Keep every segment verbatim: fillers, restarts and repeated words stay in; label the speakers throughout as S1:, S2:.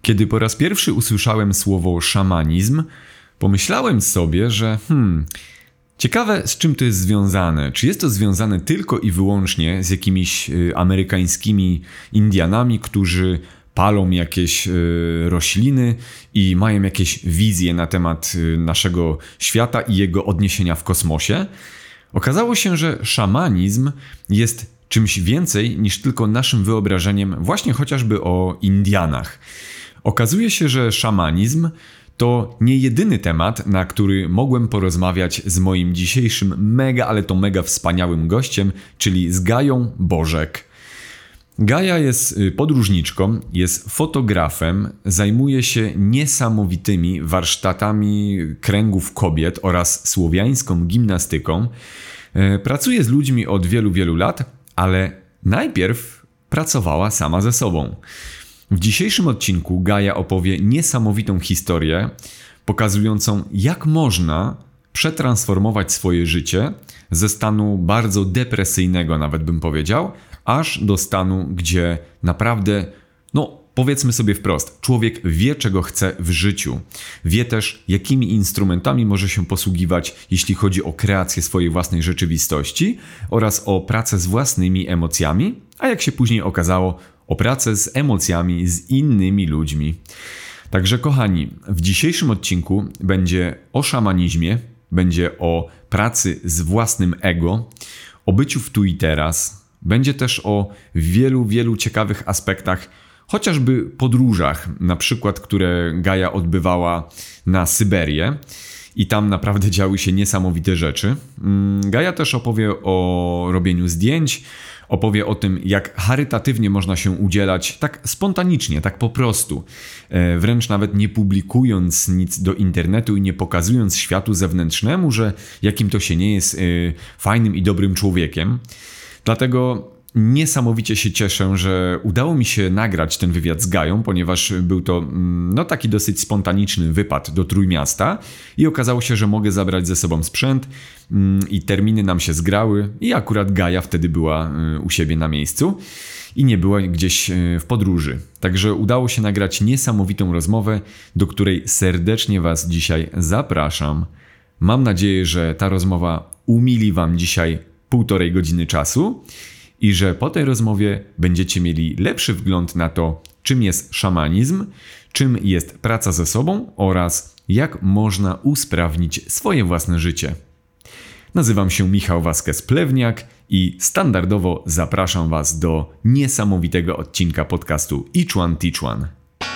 S1: Kiedy po raz pierwszy usłyszałem słowo szamanizm, pomyślałem sobie, że hmm, ciekawe z czym to jest związane. Czy jest to związane tylko i wyłącznie z jakimiś y, amerykańskimi Indianami, którzy palą jakieś y, rośliny i mają jakieś wizje na temat y, naszego świata i jego odniesienia w kosmosie? Okazało się, że szamanizm jest czymś więcej niż tylko naszym wyobrażeniem właśnie chociażby o Indianach. Okazuje się, że szamanizm to nie jedyny temat, na który mogłem porozmawiać z moim dzisiejszym mega, ale to mega wspaniałym gościem, czyli z Gają Bożek. Gaja jest podróżniczką, jest fotografem, zajmuje się niesamowitymi warsztatami kręgów kobiet oraz słowiańską gimnastyką. Pracuje z ludźmi od wielu, wielu lat, ale najpierw pracowała sama ze sobą. W dzisiejszym odcinku Gaja opowie niesamowitą historię, pokazującą jak można przetransformować swoje życie ze stanu bardzo depresyjnego, nawet bym powiedział, aż do stanu, gdzie naprawdę, no powiedzmy sobie wprost, człowiek wie, czego chce w życiu. Wie też, jakimi instrumentami może się posługiwać, jeśli chodzi o kreację swojej własnej rzeczywistości oraz o pracę z własnymi emocjami, a jak się później okazało, o pracę z emocjami z innymi ludźmi. Także kochani, w dzisiejszym odcinku będzie o szamanizmie, będzie o pracy z własnym ego, o byciu w tu i teraz, będzie też o wielu, wielu ciekawych aspektach, chociażby podróżach, na przykład, które Gaja odbywała na Syberię i tam naprawdę działy się niesamowite rzeczy. Gaja też opowie o robieniu zdjęć, opowie o tym, jak charytatywnie można się udzielać tak spontanicznie, tak po prostu, wręcz nawet nie publikując nic do internetu i nie pokazując światu zewnętrznemu, że jakim to się nie jest fajnym i dobrym człowiekiem. Dlatego niesamowicie się cieszę, że udało mi się nagrać ten wywiad z Gają, ponieważ był to no, taki dosyć spontaniczny wypad do Trójmiasta i okazało się, że mogę zabrać ze sobą sprzęt i terminy nam się zgrały i akurat Gaja wtedy była u siebie na miejscu i nie była gdzieś w podróży. Także udało się nagrać niesamowitą rozmowę, do której serdecznie Was dzisiaj zapraszam. Mam nadzieję, że ta rozmowa umili Wam dzisiaj półtorej godziny czasu i że po tej rozmowie będziecie mieli lepszy wgląd na to, czym jest szamanizm, czym jest praca ze sobą oraz jak można usprawnić swoje własne życie. Nazywam się Michał Vasquez-Plewniak i standardowo zapraszam Was do niesamowitego odcinka podcastu Each One Teach One.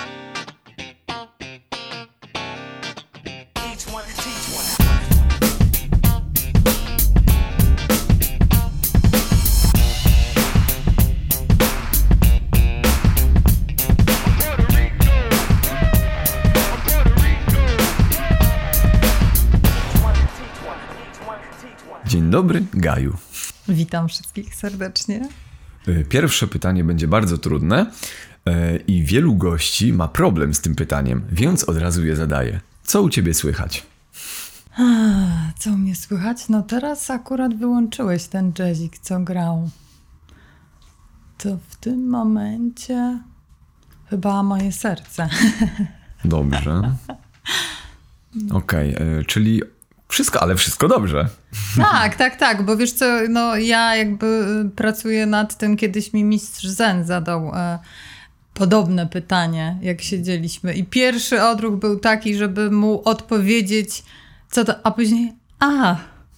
S1: Dzień dobry, Gaju.
S2: Witam wszystkich serdecznie.
S1: Pierwsze pytanie będzie bardzo trudne i wielu gości ma problem z tym pytaniem, więc od razu je zadaję. Co u ciebie słychać?
S2: Co u mnie słychać? No teraz akurat wyłączyłeś ten jazzik, co grał. To w tym momencie chyba moje serce.
S1: Dobrze. Okej, okay, czyli wszystko, ale wszystko dobrze.
S2: Tak, tak, tak, bo wiesz co, no ja jakby pracuję nad tym, kiedyś mi mistrz Zen zadał e, podobne pytanie, jak siedzieliśmy i pierwszy odruch był taki, żeby mu odpowiedzieć, co to, a później, a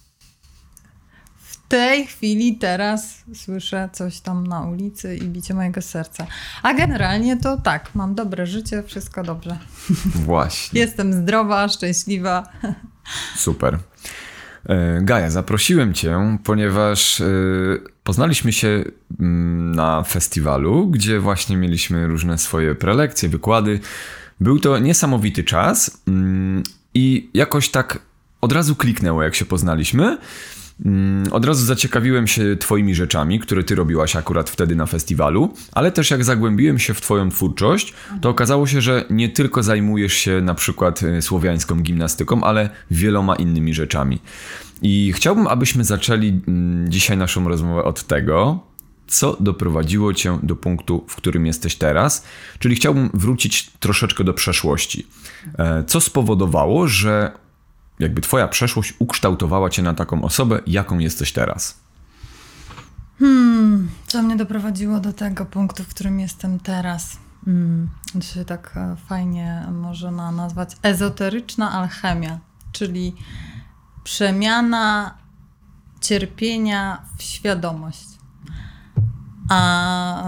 S2: w tej chwili teraz słyszę coś tam na ulicy i bicie mojego serca. A generalnie to tak, mam dobre życie, wszystko dobrze.
S1: Właśnie.
S2: Jestem zdrowa, szczęśliwa.
S1: Super. Gaja, zaprosiłem Cię, ponieważ poznaliśmy się na festiwalu, gdzie właśnie mieliśmy różne swoje prelekcje, wykłady. Był to niesamowity czas i jakoś tak od razu kliknęło, jak się poznaliśmy. Od razu zaciekawiłem się twoimi rzeczami, które ty robiłaś akurat wtedy na festiwalu, ale też jak zagłębiłem się w twoją twórczość, to okazało się, że nie tylko zajmujesz się na przykład słowiańską gimnastyką, ale wieloma innymi rzeczami. I chciałbym, abyśmy zaczęli dzisiaj naszą rozmowę od tego, co doprowadziło cię do punktu, w którym jesteś teraz. Czyli chciałbym wrócić troszeczkę do przeszłości. Co spowodowało, że jakby twoja przeszłość ukształtowała cię na taką osobę, jaką jesteś teraz?
S2: Hmm, co mnie doprowadziło do tego punktu, w którym jestem teraz? Hmm, to się tak fajnie można nazwać ezoteryczna alchemia, czyli przemiana cierpienia w świadomość. A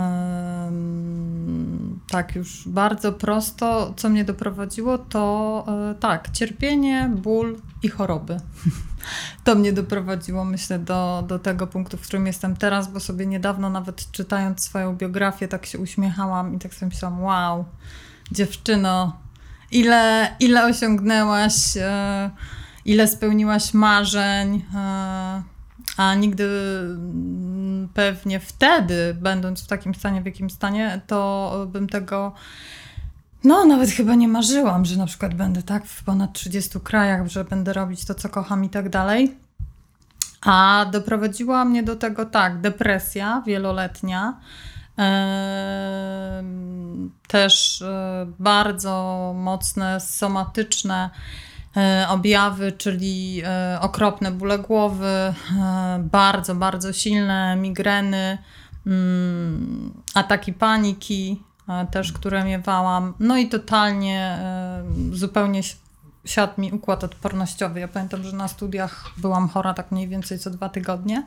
S2: tak już bardzo prosto, co mnie doprowadziło, to tak, cierpienie, ból i choroby. To mnie doprowadziło, myślę, do, do tego punktu, w którym jestem teraz, bo sobie niedawno nawet czytając swoją biografię tak się uśmiechałam i tak sobie myślałam, wow, dziewczyno, ile, ile osiągnęłaś, ile spełniłaś marzeń, a nigdy pewnie wtedy, będąc w takim stanie, w jakim stanie, to bym tego, no nawet chyba nie marzyłam, że na przykład będę tak w ponad trzydziestu krajach, że będę robić to, co kocham i tak dalej. A doprowadziła mnie do tego tak, depresja wieloletnia, e, też e, bardzo mocne, somatyczne objawy, czyli okropne bóle głowy, bardzo, bardzo silne migreny, ataki paniki też, które miewałam. No i totalnie zupełnie siadł mi układ odpornościowy. Ja pamiętam, że na studiach byłam chora tak mniej więcej co dwa tygodnie.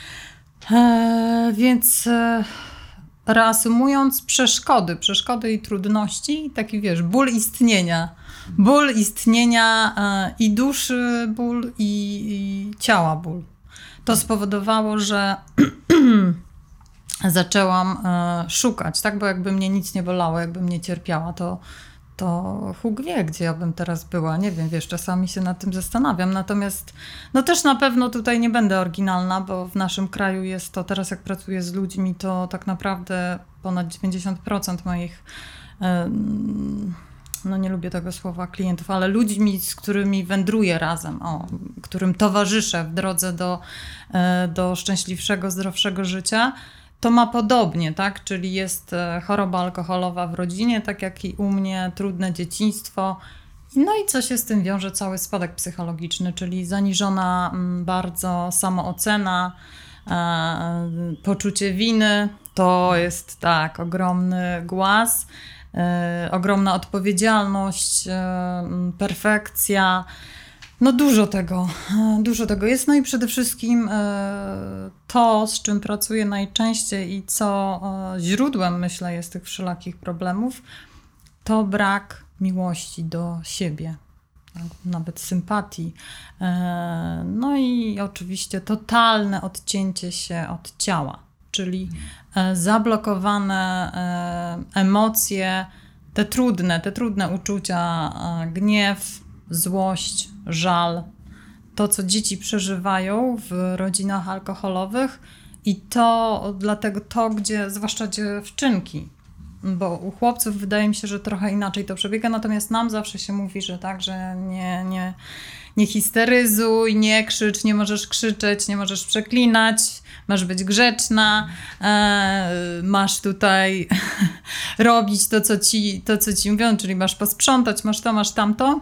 S2: Więc reasumując, przeszkody, przeszkody i trudności, taki wiesz, ból istnienia. Ból istnienia e, i duszy ból, i, i ciała ból. To spowodowało, że zaczęłam e, szukać, tak? Bo jakby mnie nic nie bolało, jakby mnie cierpiała, to, to Bóg wie, gdzie ja bym teraz była. Nie wiem, wiesz, czasami się nad tym zastanawiam. Natomiast no też na pewno tutaj nie będę oryginalna, bo w naszym kraju jest to, teraz jak pracuję z ludźmi, to tak naprawdę ponad dziewięćdziesiąt procent moich e, no nie lubię tego słowa klientów, ale ludźmi, z którymi wędruję razem, o, którym towarzyszę w drodze do, do szczęśliwszego, zdrowszego życia, to ma podobnie, tak? Czyli jest choroba alkoholowa w rodzinie, tak jak i u mnie, trudne dzieciństwo. No i co się z tym wiąże? Cały spadek psychologiczny, czyli zaniżona bardzo samoocena, e, poczucie winy, to jest tak, ogromny głaz. E, ogromna odpowiedzialność, e, perfekcja, no dużo tego, e, dużo tego jest. No i przede wszystkim e, to, z czym pracuję najczęściej i co e, źródłem, myślę, jest tych wszelakich problemów, to brak miłości do siebie, tak? Nawet sympatii. E, no i oczywiście totalne odcięcie się od ciała. Czyli zablokowane emocje, te trudne, te trudne uczucia, gniew, złość, żal, to co dzieci przeżywają w rodzinach alkoholowych i to dlatego to, gdzie, zwłaszcza dziewczynki, bo u chłopców wydaje mi się, że trochę inaczej to przebiega, natomiast nam zawsze się mówi, że tak, że nie, nie, nie histeryzuj, nie krzycz, nie możesz krzyczeć, nie możesz przeklinać, masz być grzeczna, e, masz tutaj robić to co, ci, to, co ci mówią, czyli masz posprzątać, masz to, masz tamto.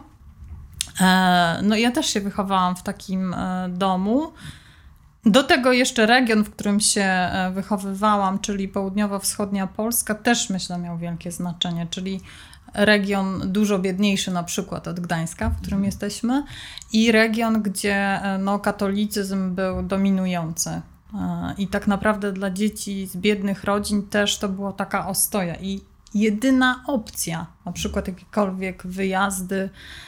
S2: E, no ja też się wychowałam w takim e, domu. Do tego jeszcze region, w którym się wychowywałam, czyli południowo-wschodnia Polska, też myślę miał wielkie znaczenie, czyli region dużo biedniejszy na przykład od Gdańska, w którym jesteśmy, i region, gdzie no, katolicyzm był dominujący. I tak naprawdę dla dzieci z biednych rodzin też to była taka ostoja i jedyna opcja, na przykład jakiekolwiek wyjazdy,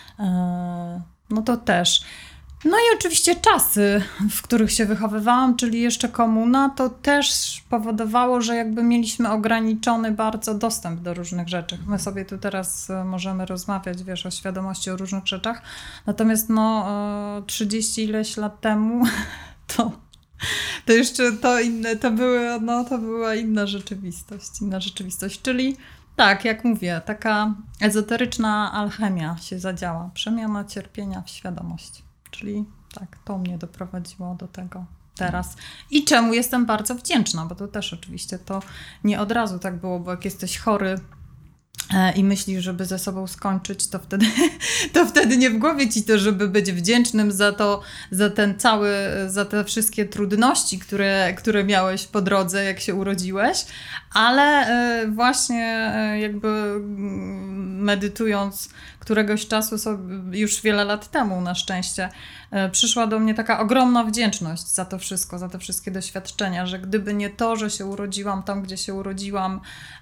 S2: no to też. No i oczywiście czasy, w których się wychowywałam, czyli jeszcze komuna, to też powodowało, że jakby mieliśmy ograniczony bardzo dostęp do różnych rzeczy. My sobie tu teraz możemy rozmawiać, wiesz, o świadomości, o różnych rzeczach, natomiast no trzydzieści ileś lat temu to, to jeszcze to inne, to, były, no, to była inna rzeczywistość, inna rzeczywistość, czyli tak, jak mówię, taka ezoteryczna alchemia się zadziała, przemiana cierpienia w świadomość. Czyli tak, to mnie doprowadziło do tego. teraz. I czemu jestem bardzo wdzięczna, bo to też oczywiście to nie od razu tak było, bo jak jesteś chory i myślisz, żeby ze sobą skończyć, to wtedy, to wtedy nie w głowie ci to, żeby być wdzięcznym za to, za ten cały, za te wszystkie trudności, które, które miałeś po drodze, jak się urodziłeś, ale właśnie jakby medytując któregoś czasu, sobie, już wiele lat temu na szczęście, przyszła do mnie taka ogromna wdzięczność za to wszystko, za te wszystkie doświadczenia, że gdyby nie to, że się urodziłam tam, gdzie się urodziłam,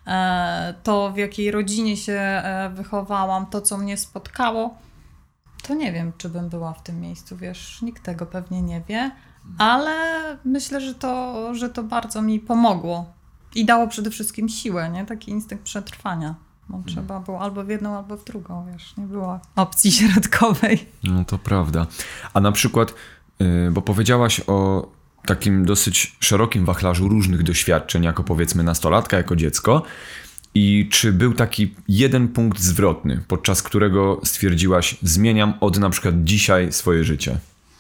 S2: to w jakiej rodzinie się wychowałam, to co mnie spotkało, to nie wiem, czy bym była w tym miejscu, wiesz, nikt tego pewnie nie wie, ale myślę, że to, że to bardzo mi pomogło i dało przede wszystkim siłę, nie? Taki instynkt przetrwania. Bo trzeba było albo w jedną, albo w drugą, wiesz, nie było opcji środkowej.
S1: No to prawda. A na przykład, yy, bo powiedziałaś o takim dosyć szerokim wachlarzu różnych doświadczeń, jako powiedzmy nastolatka, jako dziecko. I czy był taki jeden punkt zwrotny, podczas którego stwierdziłaś, zmieniam od na przykład dzisiaj swoje życie?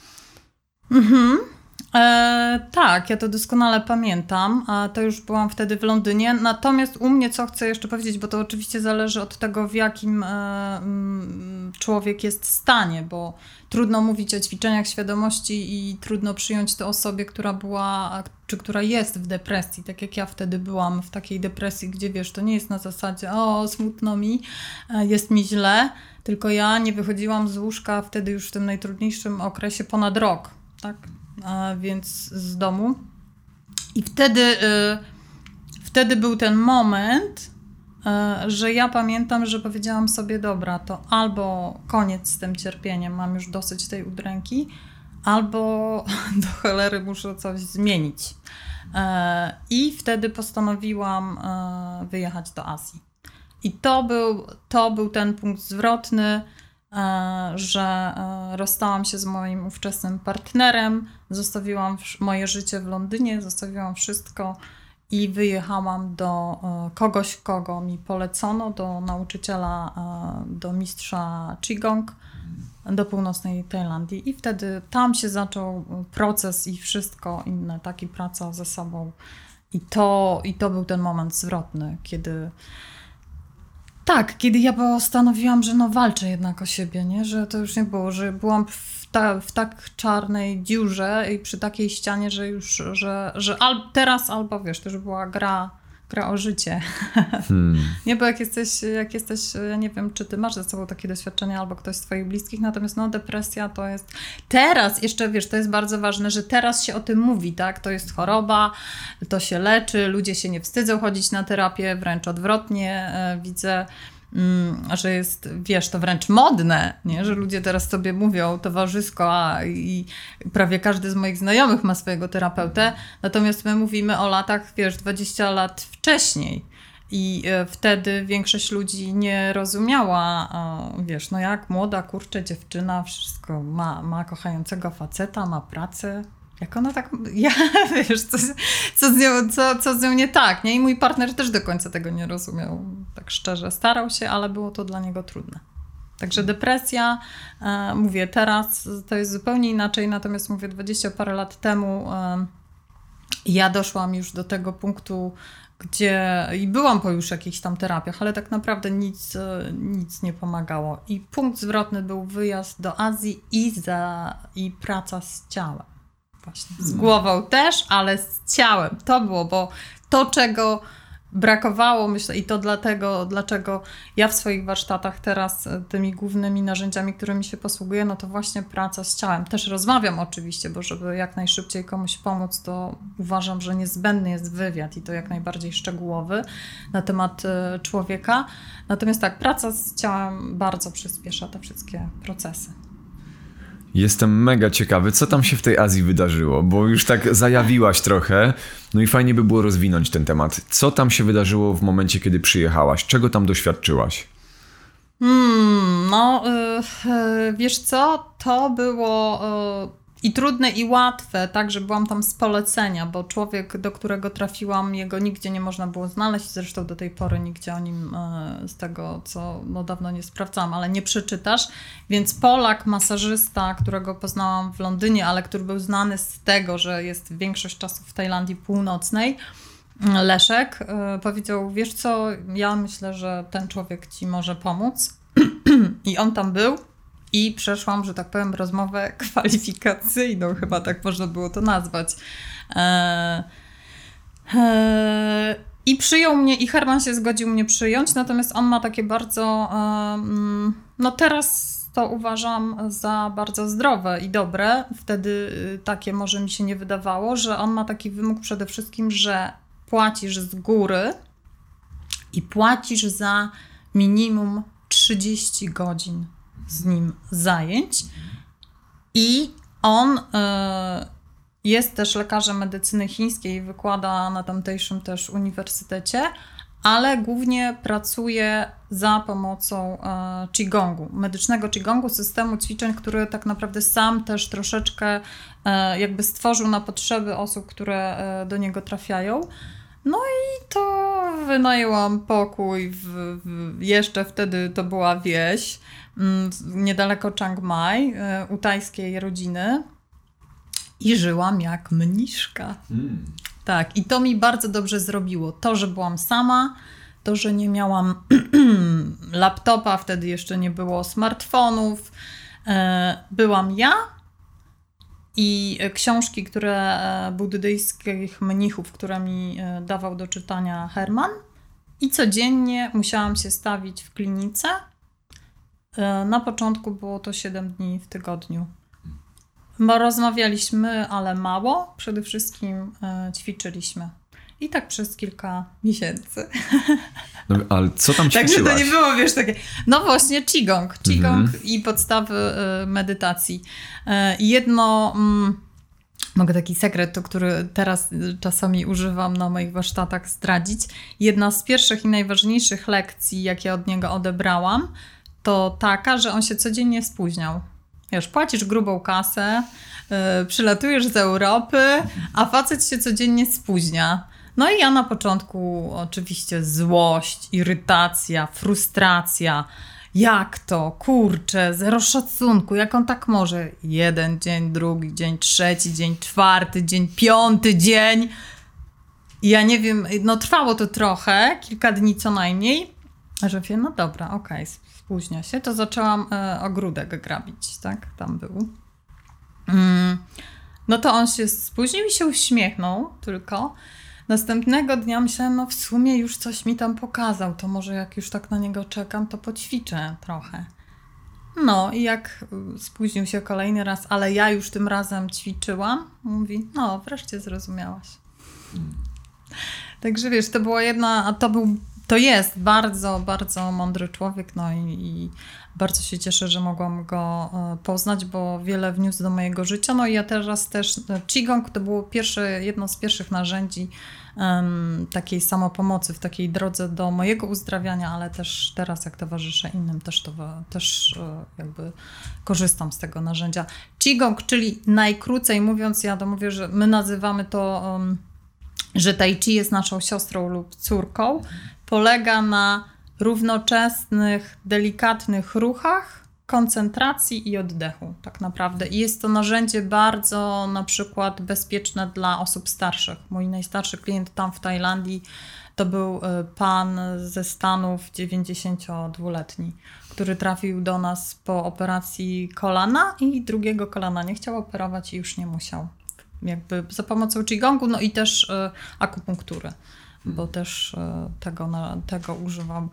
S2: Mhm. E, tak, ja to doskonale pamiętam. A to już byłam wtedy w Londynie. Natomiast u mnie, co chcę jeszcze powiedzieć, bo to oczywiście zależy od tego, w jakim e, m, człowiek jest stanie, bo trudno mówić o ćwiczeniach świadomości i trudno przyjąć to osobie, która była, czy która jest w depresji, tak jak ja wtedy byłam w takiej depresji, gdzie wiesz, to nie jest na zasadzie o, smutno mi, jest mi źle, tylko ja nie wychodziłam z łóżka wtedy już w tym najtrudniejszym okresie ponad rok, tak? A więc z domu. I wtedy, y, wtedy był ten moment, y, że ja pamiętam, że powiedziałam sobie, dobra, to albo koniec z tym cierpieniem, mam już dosyć tej udręki, albo do cholery muszę coś zmienić. Y, I wtedy postanowiłam y, wyjechać do Azji. I to był, to był ten punkt zwrotny, że rozstałam się z moim ówczesnym partnerem, zostawiłam moje życie w Londynie, zostawiłam wszystko i wyjechałam do kogoś, kogo mi polecono, do nauczyciela, do mistrza Qigong, do północnej Tajlandii. I wtedy tam się zaczął proces i wszystko inne, taki praca ze sobą. I to, i to był ten moment zwrotny, kiedy Tak, kiedy ja postanowiłam, że no walczę jednak o siebie, nie? Że to już nie było, że byłam w, ta, w tak czarnej dziurze i przy takiej ścianie, że już, że, że al, teraz albo wiesz, to już była gra, gra o życie. Hmm. Nie, bo jak jesteś, jak jesteś, ja nie wiem, czy ty masz ze sobą takie doświadczenia albo ktoś z twoich bliskich, natomiast no depresja to jest, teraz jeszcze wiesz, to jest bardzo ważne, że teraz się o tym mówi, tak? To jest choroba, to się leczy, ludzie się nie wstydzą chodzić na terapię, wręcz odwrotnie, e, widzę, mm, że jest, wiesz, to wręcz modne, nie? Że ludzie teraz sobie mówią towarzysko, a i prawie każdy z moich znajomych ma swojego terapeutę, natomiast my mówimy o latach, wiesz, dwadzieścia lat wcześniej. I wtedy większość ludzi nie rozumiała, wiesz, no jak młoda, kurczę, dziewczyna, wszystko ma, ma kochającego faceta, ma pracę. Jak ona tak, ja, wiesz, co, co, z nią, co, co z nią nie tak, nie? I mój partner też do końca tego nie rozumiał, tak szczerze. Starał się, ale było to dla niego trudne. Także depresja, e, mówię, teraz to jest zupełnie inaczej, natomiast mówię, dwadzieścia parę lat temu e, ja doszłam już do tego punktu, gdzie i byłam po już jakichś tam terapiach, ale tak naprawdę nic, nic nie pomagało. I punkt zwrotny był wyjazd do Azji i, za, i praca z ciałem. Właśnie. Z głową też, ale z ciałem. To było, bo to, czego brakowało, myślę, i to dlatego, dlaczego ja w swoich warsztatach teraz tymi głównymi narzędziami, którymi się posługuję, no to właśnie praca z ciałem. Też rozmawiam oczywiście, bo żeby jak najszybciej komuś pomóc, to uważam, że niezbędny jest wywiad i to jak najbardziej szczegółowy na temat człowieka. Natomiast tak, praca z ciałem bardzo przyspiesza te wszystkie procesy.
S1: Jestem mega ciekawy, co tam się w tej Azji wydarzyło, bo już tak zajawiłaś trochę, no i fajnie by było rozwinąć ten temat. Co tam się wydarzyło w momencie, kiedy przyjechałaś? Czego tam doświadczyłaś?
S2: Hmm, no, yy, yy, wiesz co, to było... Yy, i trudne, i łatwe, tak, że byłam tam z polecenia, bo człowiek, do którego trafiłam, jego nigdzie nie można było znaleźć, zresztą do tej pory nigdzie o nim e, z tego, co no, dawno nie sprawdzałam, ale nie przeczytasz, więc Polak, masażysta, którego poznałam w Londynie, ale który był znany z tego, że jest większość czasu w Tajlandii Północnej, Leszek, e, powiedział, wiesz co, ja myślę, że ten człowiek ci może pomóc i on tam był. I przeszłam, że tak powiem, rozmowę kwalifikacyjną, chyba tak można było to nazwać. Eee, eee, I przyjął mnie, i Herman się zgodził mnie przyjąć, natomiast on ma takie bardzo, eee, no teraz to uważam za bardzo zdrowe i dobre, wtedy takie może mi się nie wydawało, że on ma taki wymóg przede wszystkim, że płacisz z góry i płacisz za minimum trzydzieści godzin z nim zajęć i on y, jest też lekarzem medycyny chińskiej, wykłada na tamtejszym też uniwersytecie, ale głównie pracuje za pomocą y, Qigongu, medycznego Qigongu, systemu ćwiczeń, który tak naprawdę sam też troszeczkę y, jakby stworzył na potrzeby osób, które y, do niego trafiają. No i to wynajęłam pokój, w, w, jeszcze wtedy to była wieś, niedaleko Chiang Mai, u tajskiej rodziny i żyłam jak mniszka. Mm. Tak, i to mi bardzo dobrze zrobiło. To, że byłam sama, to, że nie miałam laptopa, wtedy jeszcze nie było smartfonów. Byłam ja i książki, które buddyjskich mnichów, które mi dawał do czytania Herman. I codziennie musiałam się stawić w klinice. Na początku było to siedem dni w tygodniu. Bo rozmawialiśmy, ale mało. Przede wszystkim ćwiczyliśmy. I tak przez kilka miesięcy.
S1: No, ale co tam ćwiczyłaś?
S2: Także to nie było, wiesz, takie... No właśnie, Qigong. Qigong mm-hmm. i podstawy medytacji. Jedno... Mm, mogę taki sekret, to który teraz czasami używam na moich warsztatach, zdradzić. Jedna z pierwszych i najważniejszych lekcji, jakie od niego odebrałam, to taka, że on się codziennie spóźniał. Wiesz, płacisz grubą kasę, yy, przylatujesz z Europy, a facet się codziennie spóźnia. No i ja na początku oczywiście złość, irytacja, frustracja. Jak to? Kurczę, zero szacunku. Jak on tak może? Jeden dzień, drugi dzień, trzeci dzień, czwarty dzień, piąty dzień. Ja nie wiem, no trwało to trochę, kilka dni co najmniej, że wiem, no dobra, okej, okay, spóźnia się. To zaczęłam e, ogródek grabić, tak? Tam był. Mm. No to on się spóźnił i się uśmiechnął tylko. Następnego dnia myślałam, no w sumie już coś mi tam pokazał, to może jak już tak na niego czekam, to poćwiczę trochę. No i jak spóźnił się kolejny raz, ale ja już tym razem ćwiczyłam, mówi, no wreszcie zrozumiałaś. Hmm. Także wiesz, to była jedna, a to był, to jest bardzo, bardzo mądry człowiek, no i, i bardzo się cieszę, że mogłam go poznać, bo wiele wniósł do mojego życia. No i ja teraz też, Qigong to było pierwsze, jedno z pierwszych narzędzi um, takiej samopomocy w takiej drodze do mojego uzdrawiania, ale też teraz jak towarzyszę innym, też, to, też jakby korzystam z tego narzędzia. Qigong, czyli najkrócej mówiąc, ja to mówię, że my nazywamy to, um, że Tai Chi jest naszą siostrą lub córką, polega na równoczesnych, delikatnych ruchach, koncentracji i oddechu tak naprawdę. I jest to narzędzie bardzo na przykład bezpieczne dla osób starszych. Mój najstarszy klient tam w Tajlandii to był pan ze Stanów, dziewięćdziesięciodwuletni, który trafił do nas po operacji kolana i drugiego kolana nie chciał operować i już nie musiał. Jakby za pomocą Qigongu, no i też y, akupunktury. Bo też tego, tego używał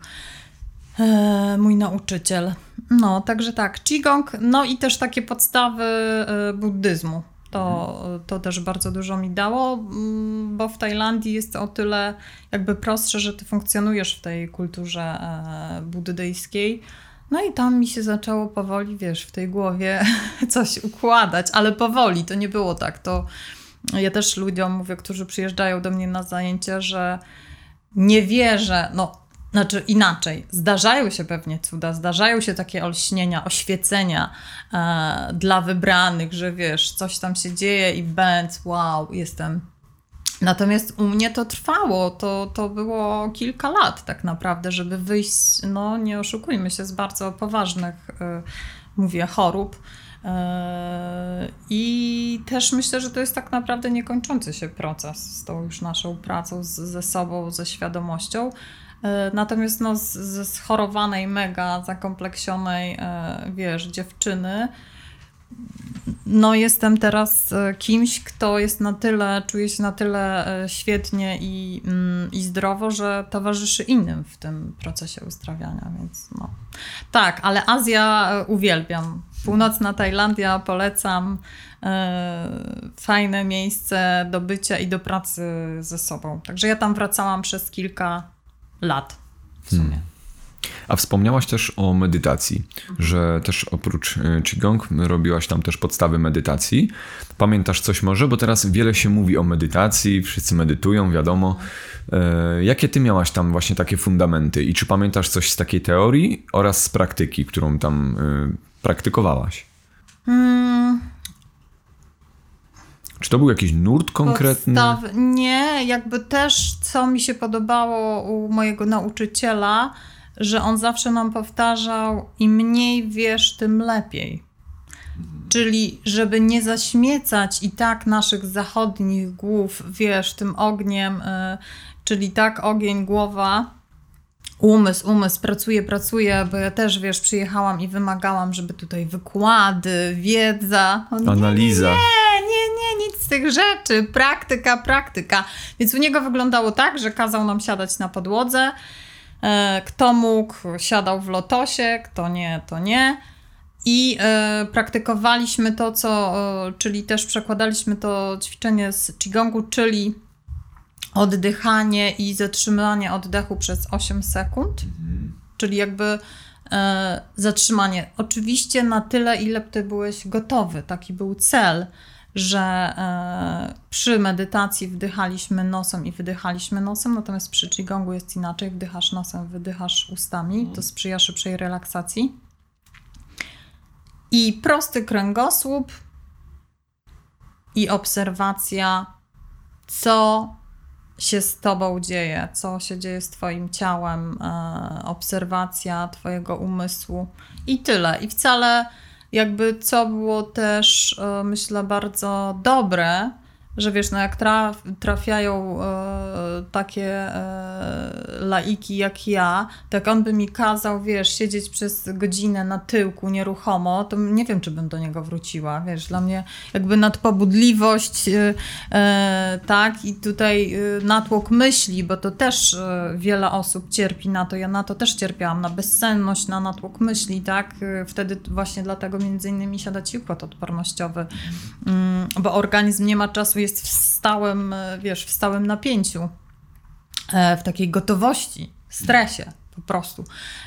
S2: e, mój nauczyciel. No, także tak, Qigong, no i też takie podstawy e, buddyzmu. To, to też bardzo dużo mi dało, bo w Tajlandii jest o tyle jakby prostsze, że ty funkcjonujesz w tej kulturze e, buddyjskiej. No i tam mi się zaczęło powoli, wiesz, w tej głowie coś układać, ale powoli, to nie było tak, to ja też ludziom mówię, którzy przyjeżdżają do mnie na zajęcia, że nie wierzę, no Znaczy inaczej, zdarzają się pewnie cuda, zdarzają się takie olśnienia, oświecenia e, dla wybranych, że wiesz, coś tam się dzieje i bęc, wow, jestem. Natomiast u mnie to trwało, to, to było kilka lat tak naprawdę, żeby wyjść, no nie oszukujmy się, z bardzo poważnych, e, mówię, chorób. I też myślę, że to jest tak naprawdę niekończący się proces z tą już naszą pracą z, ze sobą, ze świadomością. Natomiast no, z, ze schorowanej, mega zakompleksionej, wiesz, dziewczyny, no jestem teraz kimś, kto jest na tyle, czuje się na tyle świetnie i, i zdrowo, że towarzyszy innym w tym procesie uzdrawiania, więc no. Tak, ale Azja uwielbiam. Północna Tajlandia polecam. Fajne miejsce do bycia i do pracy ze sobą. Także ja tam wracałam przez kilka lat w sumie. Hmm.
S1: A wspomniałaś też o medytacji, że też oprócz Qigong robiłaś tam też podstawy medytacji. Pamiętasz coś może? Bo teraz wiele się mówi o medytacji, wszyscy medytują, wiadomo. E, jakie ty miałaś tam właśnie takie fundamenty i czy pamiętasz coś z takiej teorii oraz z praktyki, którą tam y, praktykowałaś? Hmm. Czy to był jakiś nurt konkretny?
S2: Podstaw... Nie, jakby też co mi się podobało u mojego nauczyciela, że on zawsze nam powtarzał, im mniej wiesz, tym lepiej. Czyli żeby nie zaśmiecać i tak naszych zachodnich głów, wiesz, tym ogniem, y, czyli tak ogień, głowa, umysł, umysł, pracuje, pracuje, bo ja też, wiesz, przyjechałam i wymagałam, żeby tutaj wykłady, wiedza. On,
S1: analiza.
S2: Nie, nie, nie, nic z tych rzeczy. Praktyka, praktyka. Więc u niego wyglądało tak, że kazał nam siadać na podłodze. Kto mógł, siadał w lotosie, kto nie, to nie. I e, praktykowaliśmy to, co, e, czyli też przekładaliśmy to ćwiczenie z Qigongu, czyli oddychanie i zatrzymanie oddechu przez osiem sekund. Mhm. Czyli jakby e, zatrzymanie. Oczywiście na tyle, ile ty byłeś gotowy. Taki był cel, że e, przy medytacji wdychaliśmy nosem i wydychaliśmy nosem, natomiast przy Qigongu jest inaczej. Wdychasz nosem, wydychasz ustami. To sprzyja szybszej relaksacji. I prosty kręgosłup i obserwacja, co się z tobą dzieje, co się dzieje z twoim ciałem, e, obserwacja twojego umysłu i tyle. I wcale jakby co było też, e, myślę, bardzo dobre, że wiesz, no jak traf, trafiają e, takie e, laiki jak ja, tak on by mi kazał, wiesz, siedzieć przez godzinę na tyłku nieruchomo, to nie wiem, czy bym do niego wróciła, wiesz, dla mnie jakby nadpobudliwość, e, e, tak, i tutaj e, natłok myśli, bo to też e, wiele osób cierpi na to, ja na to też cierpiałam, na bezsenność, na natłok myśli, tak, e, wtedy właśnie dlatego między innymi siada ci układ odpornościowy, mm, bo organizm nie ma czasu, jest w stałym, wiesz, w stałym napięciu, w takiej gotowości, stresie po prostu.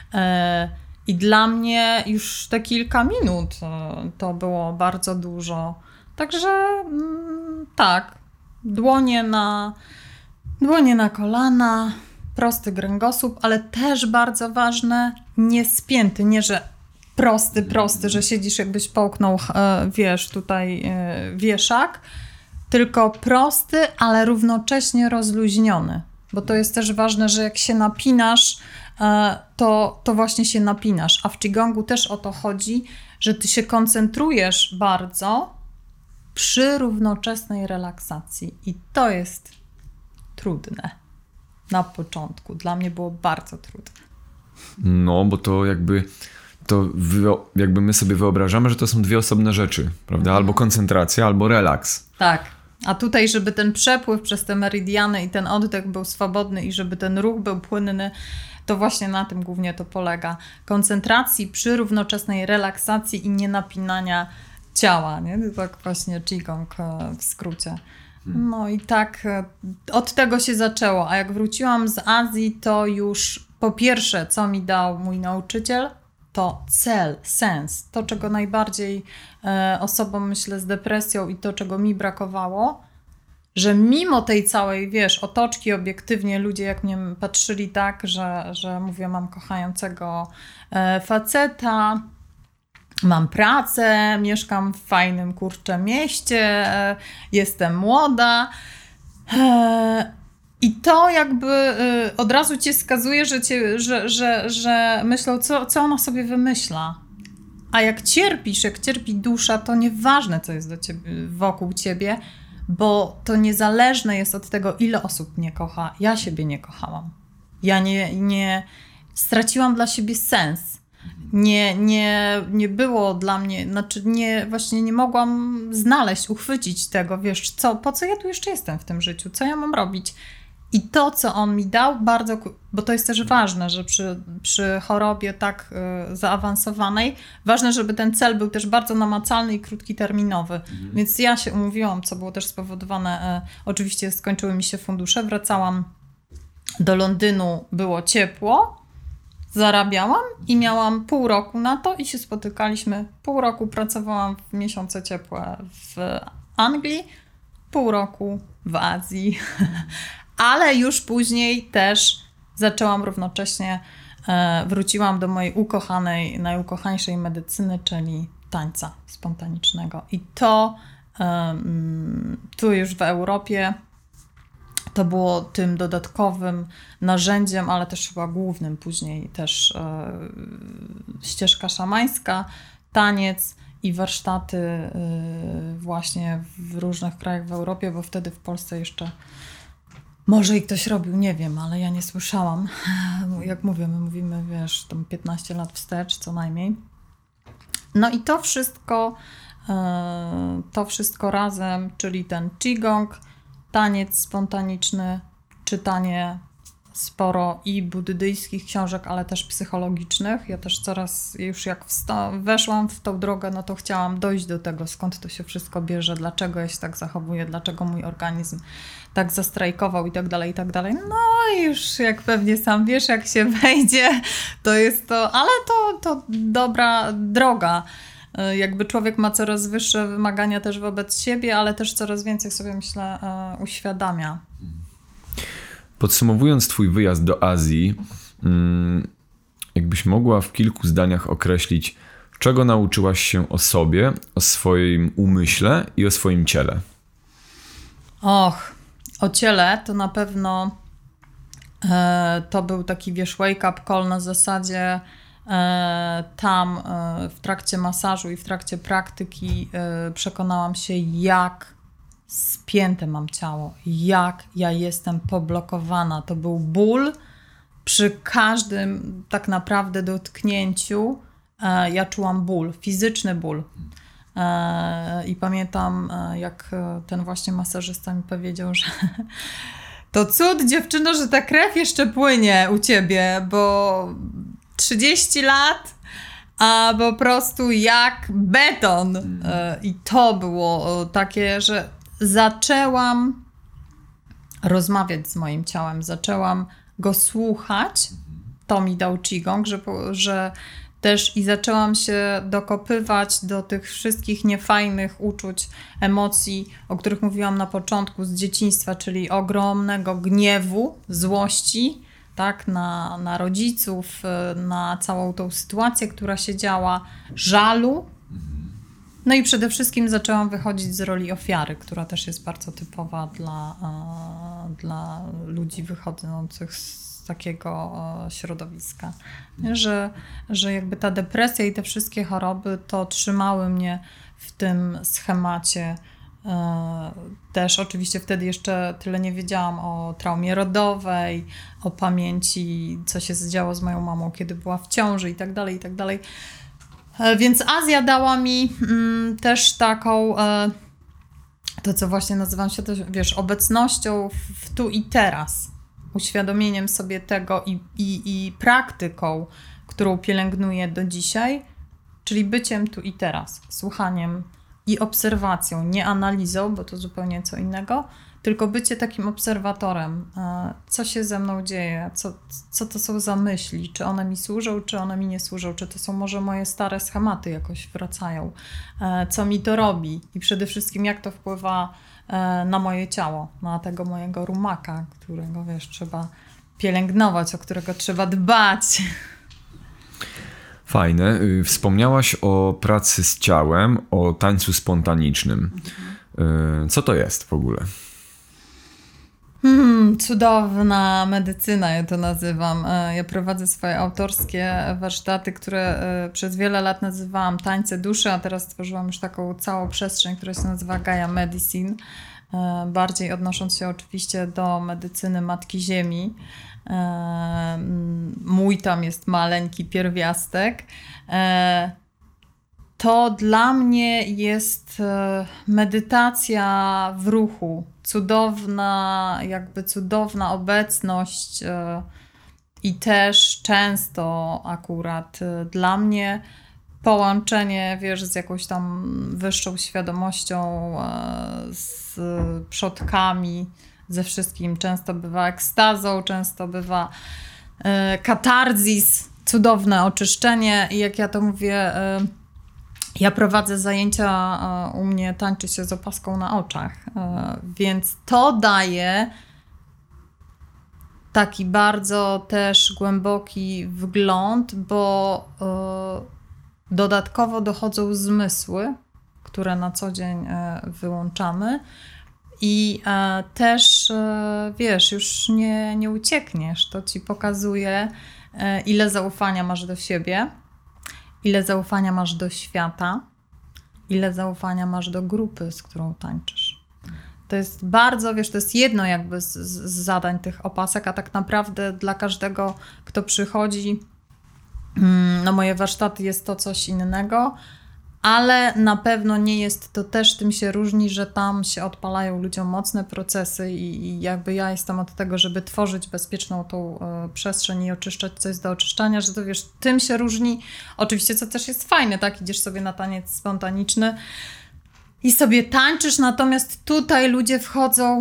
S2: I dla mnie już te kilka minut to było bardzo dużo. Także tak, dłonie na, dłonie na kolana, prosty kręgosłup, ale też bardzo ważne, nie spięty, nie, że prosty, prosty, że siedzisz jakbyś połknął, wiesz, tutaj wieszak, tylko prosty, ale równocześnie rozluźniony. Bo to jest też ważne, że jak się napinasz, to, to właśnie się napinasz. A w Qigongu też o to chodzi, że ty się koncentrujesz bardzo przy równoczesnej relaksacji. I to jest trudne na początku. Dla mnie było bardzo trudne.
S1: No, bo to jakby... to jakby my sobie wyobrażamy, że to są dwie osobne rzeczy, prawda? Albo koncentracja, albo relaks.
S2: Tak. A tutaj, żeby ten przepływ przez te meridiany i ten oddech był swobodny i żeby ten ruch był płynny, to właśnie na tym głównie to polega. Koncentracji przy równoczesnej relaksacji i nienapinania ciała, nie? To tak właśnie Qigong w skrócie. No i tak od tego się zaczęło. A jak wróciłam z Azji, to już po pierwsze, co mi dał mój nauczyciel, to cel, sens, to czego najbardziej e, osobom, myślę, z depresją i to czego mi brakowało, że mimo tej całej, wiesz, otoczki, obiektywnie ludzie jak mnie patrzyli tak, że, że mówię, mam kochającego e, faceta, mam pracę, mieszkam w fajnym, kurczę, mieście, e, jestem młoda. E, I to jakby e, od razu cię skazuje, że, cię, że, że, że myślą, co, co ona sobie wymyśla. A jak cierpisz, jak cierpi dusza, to nieważne, co jest do ciebie, wokół ciebie, bo to niezależne jest od tego, ile osób mnie kocha. Ja siebie nie kochałam. Ja nie, nie straciłam dla siebie sens. Nie, nie, nie było dla mnie, znaczy nie, właśnie nie mogłam znaleźć, uchwycić tego, wiesz, co, po co ja tu jeszcze jestem w tym życiu, co ja mam robić. I to, co on mi dał, bardzo, bo to jest też ważne, że przy, przy chorobie tak y, zaawansowanej, ważne, żeby ten cel był też bardzo namacalny i krótkoterminowy. Mhm. Więc ja się umówiłam, co było też spowodowane, y, oczywiście skończyły mi się fundusze, wracałam do Londynu, było ciepło, zarabiałam i miałam pół roku na to i się spotykaliśmy. Pół roku pracowałam w miesiące ciepłe w Anglii, pół roku w Azji. Ale już później też zaczęłam równocześnie, e, wróciłam do mojej ukochanej, najukochańszej medycyny, czyli tańca spontanicznego. I to e, tu już w Europie to było tym dodatkowym narzędziem, ale też chyba głównym później też e, ścieżka szamańska, taniec i warsztaty e, właśnie w różnych krajach w Europie, bo wtedy w Polsce jeszcze może i ktoś robił, nie wiem, ale ja nie słyszałam. Jak mówię, my mówimy, wiesz, tam piętnaście lat wstecz co najmniej. No i to wszystko, to wszystko razem, czyli ten qigong, taniec spontaniczny, czytanie sporo i buddyjskich książek, ale też psychologicznych. Ja też coraz, już jak wsta- weszłam w tą drogę, no to chciałam dojść do tego, skąd to się wszystko bierze, dlaczego ja się tak zachowuję, dlaczego mój organizm tak zastrajkował i tak dalej, i tak dalej. No i już jak pewnie sam wiesz, jak się wejdzie, to jest to, ale to, to dobra droga. Jakby człowiek ma coraz wyższe wymagania też wobec siebie, ale też coraz więcej sobie, myślę, uświadamia.
S1: Podsumowując twój wyjazd do Azji, jakbyś mogła w kilku zdaniach określić, czego nauczyłaś się o sobie, o swoim umyśle i o swoim ciele?
S2: Och, o ciele to na pewno e, to był taki, wiesz, wake up call na zasadzie e, tam e, w trakcie masażu i w trakcie praktyki e, przekonałam się, jak spięte mam ciało, jak ja jestem poblokowana. To był ból przy każdym tak naprawdę dotknięciu. E, ja czułam ból, fizyczny ból. E, I pamiętam, e, jak ten właśnie masażysta mi powiedział, że to cud, dziewczyno, że ta krew jeszcze płynie u ciebie, bo trzydzieści lat, a po prostu jak beton. E, I to było takie, że zaczęłam rozmawiać z moim ciałem, zaczęłam go słuchać. To mi dał qigong, że, że też i zaczęłam się dokopywać do tych wszystkich niefajnych uczuć, emocji, o których mówiłam na początku z dzieciństwa, czyli ogromnego gniewu, złości, tak, na, na rodziców, na całą tą sytuację, która się działa, żalu. No i przede wszystkim zaczęłam wychodzić z roli ofiary, która też jest bardzo typowa dla, dla ludzi wychodzących z takiego środowiska. Że, że jakby ta depresja i te wszystkie choroby to trzymały mnie w tym schemacie. Też oczywiście wtedy jeszcze tyle nie wiedziałam o traumie rodowej, o pamięci, co się działo z moją mamą, kiedy była w ciąży i tak dalej, i tak dalej. Więc Azja dała mi mm, też taką, e, to co właśnie nazywam się też, wiesz, obecnością w, w tu i teraz, uświadomieniem sobie tego i, i, i praktyką, którą pielęgnuję do dzisiaj, czyli byciem tu i teraz, słuchaniem i obserwacją, nie analizą, bo to zupełnie co innego, tylko bycie takim obserwatorem, co się ze mną dzieje, co, co to są za myśli, czy one mi służą, czy one mi nie służą, czy to są może moje stare schematy jakoś wracają, co mi to robi i przede wszystkim jak to wpływa na moje ciało, na tego mojego rumaka, którego, wiesz, trzeba pielęgnować, o którego trzeba dbać.
S1: Fajne. Wspomniałaś o pracy z ciałem, o tańcu spontanicznym. Mhm. Co to jest w ogóle?
S2: Hmm, cudowna medycyna, ja to nazywam. Ja prowadzę swoje autorskie warsztaty, które przez wiele lat nazywałam tańce duszy, a teraz stworzyłam już taką całą przestrzeń, która się nazywa Gaia Medicine, bardziej odnosząc się oczywiście do medycyny Matki Ziemi. Mój tam jest maleńki pierwiastek. To dla mnie jest medytacja w ruchu. Cudowna, jakby cudowna obecność i też często akurat dla mnie połączenie, wiesz, z jakąś tam wyższą świadomością, z przodkami, ze wszystkim. Często bywa ekstazą, często bywa katarzis, cudowne oczyszczenie i jak ja to mówię, ja prowadzę zajęcia, u mnie tańczy się z opaską na oczach, więc to daje taki bardzo też głęboki wgląd, bo dodatkowo dochodzą zmysły, które na co dzień wyłączamy i też, wiesz, już nie, nie uciekniesz. To ci pokazuje, ile zaufania masz do siebie, ile zaufania masz do świata, ile zaufania masz do grupy, z którą tańczysz. To jest bardzo, wiesz, to jest jedno jakby z, z zadań tych opasek, a tak naprawdę dla każdego, kto przychodzi na moje warsztaty, jest to coś innego, ale na pewno nie jest to też, tym się różni, że tam się odpalają ludziom mocne procesy i, i jakby ja jestem od tego, żeby tworzyć bezpieczną tą y, przestrzeń i oczyszczać, co jest do oczyszczania, że to, wiesz, tym się różni. Oczywiście, co też jest fajne, tak, idziesz sobie na taniec spontaniczny i sobie tańczysz, natomiast tutaj ludzie wchodzą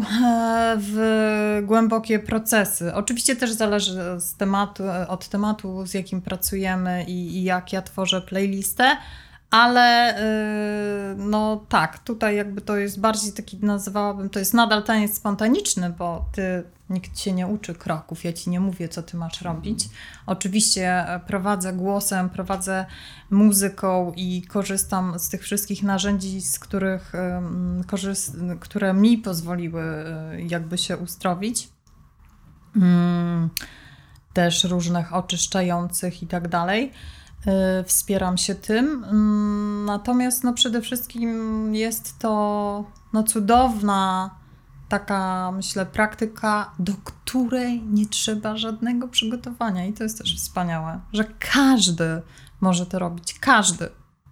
S2: w głębokie procesy. Oczywiście też zależy z tematu, od tematu, z jakim pracujemy i, i jak ja tworzę playlistę, ale yy, no tak, tutaj jakby to jest bardziej taki, nazywałabym, to jest nadal taniec spontaniczny, bo ty, nikt cię nie uczy kroków, ja ci nie mówię, co ty masz robić. Oczywiście prowadzę głosem, prowadzę muzyką i korzystam z tych wszystkich narzędzi, z których, yy, korzyst- które mi pozwoliły yy, jakby się uzdrowić. Yy, też różnych oczyszczających i tak dalej. Wspieram się tym, natomiast no przede wszystkim jest to no cudowna taka, myślę, praktyka, do której nie trzeba żadnego przygotowania i to jest też wspaniałe, że każdy może to robić, każdy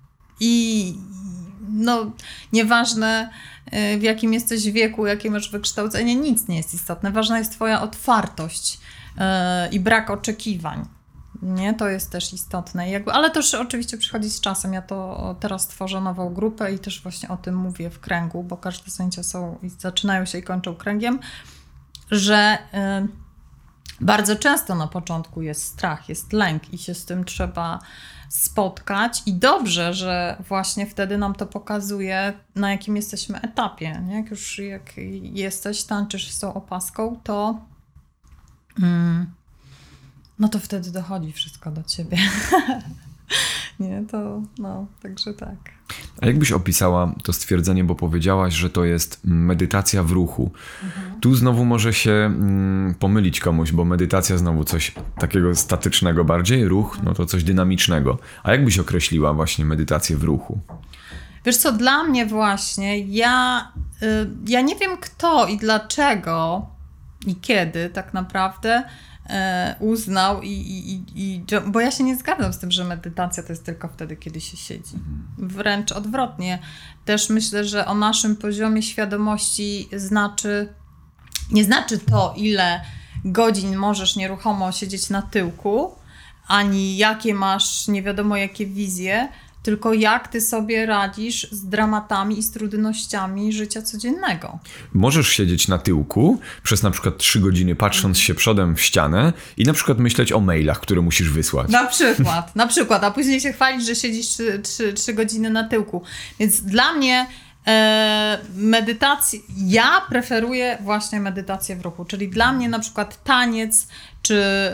S2: i no nieważne w jakim jesteś wieku, jakie masz wykształcenie, nic nie jest istotne, ważna jest twoja otwartość i brak oczekiwań. Nie, to jest też istotne. Jakby, ale to już oczywiście przychodzi z czasem. Ja to teraz tworzę nową grupę i też właśnie o tym mówię w kręgu, bo każde zajęcia są i zaczynają się i kończą kręgiem, że y, bardzo często na początku jest strach, jest lęk i się z tym trzeba spotkać i dobrze, że właśnie wtedy nam to pokazuje, na jakim jesteśmy etapie. Nie? Jak już jak jesteś, tańczysz z tą opaską, to mm, no to wtedy dochodzi wszystko do ciebie. Nie, to no, także tak.
S1: A jak byś opisała to stwierdzenie, bo powiedziałaś, że to jest medytacja w ruchu. Mhm. Tu znowu może się mm, pomylić komuś, bo medytacja znowu coś takiego statycznego bardziej, ruch, no to coś dynamicznego. A jak byś określiła właśnie medytację w ruchu?
S2: Wiesz co, dla mnie właśnie, ja, y, ja nie wiem kto i dlaczego i kiedy tak naprawdę uznał i, i, i, bo ja się nie zgadzam z tym, że medytacja to jest tylko wtedy, kiedy się siedzi. Wręcz odwrotnie. Też myślę, że o naszym poziomie świadomości znaczy, nie znaczy to, ile godzin możesz nieruchomo siedzieć na tyłku, ani jakie masz nie wiadomo jakie wizje, tylko jak ty sobie radzisz z dramatami i z trudnościami życia codziennego.
S1: Możesz siedzieć na tyłku przez na przykład trzy godziny patrząc się przodem w ścianę i na przykład myśleć o mailach, które musisz wysłać.
S2: Na przykład, na przykład, a później się chwalić, że siedzisz trzy godziny na tyłku. Więc dla mnie E, medytacji, ja preferuję właśnie medytację w ruchu, czyli dla mnie na przykład taniec, czy e,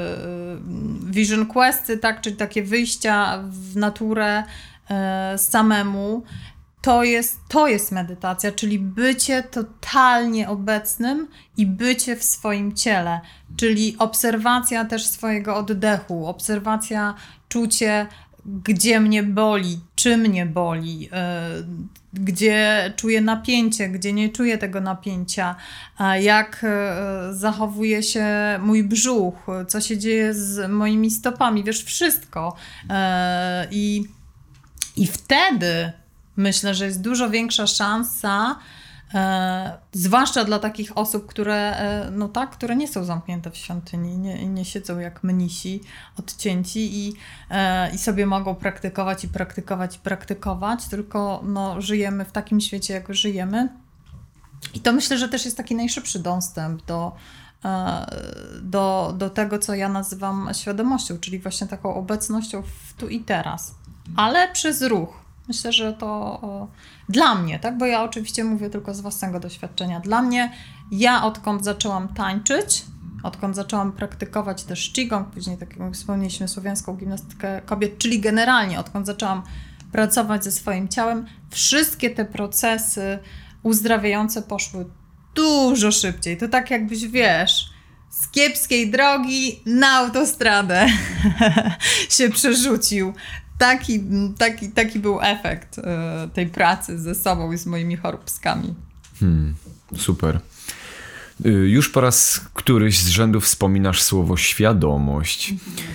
S2: vision questy, tak, czyli takie wyjścia w naturę e, samemu, to jest, to jest medytacja, czyli bycie totalnie obecnym i bycie w swoim ciele, czyli obserwacja też swojego oddechu, obserwacja, czucie, gdzie mnie boli, czy mnie boli, yy, gdzie czuję napięcie, gdzie nie czuję tego napięcia, yy, jak yy, zachowuje się mój brzuch, co się dzieje z moimi stopami, wiesz, wszystko. Yy, i, I wtedy myślę, że jest dużo większa szansa, e, zwłaszcza dla takich osób, które, e, no tak, które nie są zamknięte w świątyni, nie, nie siedzą jak mnisi odcięci i, e, i sobie mogą praktykować i praktykować i praktykować, tylko no, żyjemy w takim świecie, jak żyjemy. I to myślę, że też jest taki najszybszy dostęp do, e, do, do tego, co ja nazywam świadomością, czyli właśnie taką obecnością w tu i teraz, ale przez ruch. Myślę, że to o, dla mnie, tak, bo ja oczywiście mówię tylko z własnego doświadczenia. Dla mnie, ja odkąd zaczęłam tańczyć, odkąd zaczęłam praktykować też qigong, później tak jak wspomnieliśmy, słowiańską gimnastykę kobiet, czyli generalnie odkąd zaczęłam pracować ze swoim ciałem, wszystkie te procesy uzdrawiające poszły dużo szybciej. To tak jakbyś, wiesz, z kiepskiej drogi na autostradę się przerzucił. Taki, taki, taki był efekt y, tej pracy ze sobą i z moimi choróbskami.
S1: Hmm, super. Y, już po raz któryś z rzędu wspominasz słowo świadomość.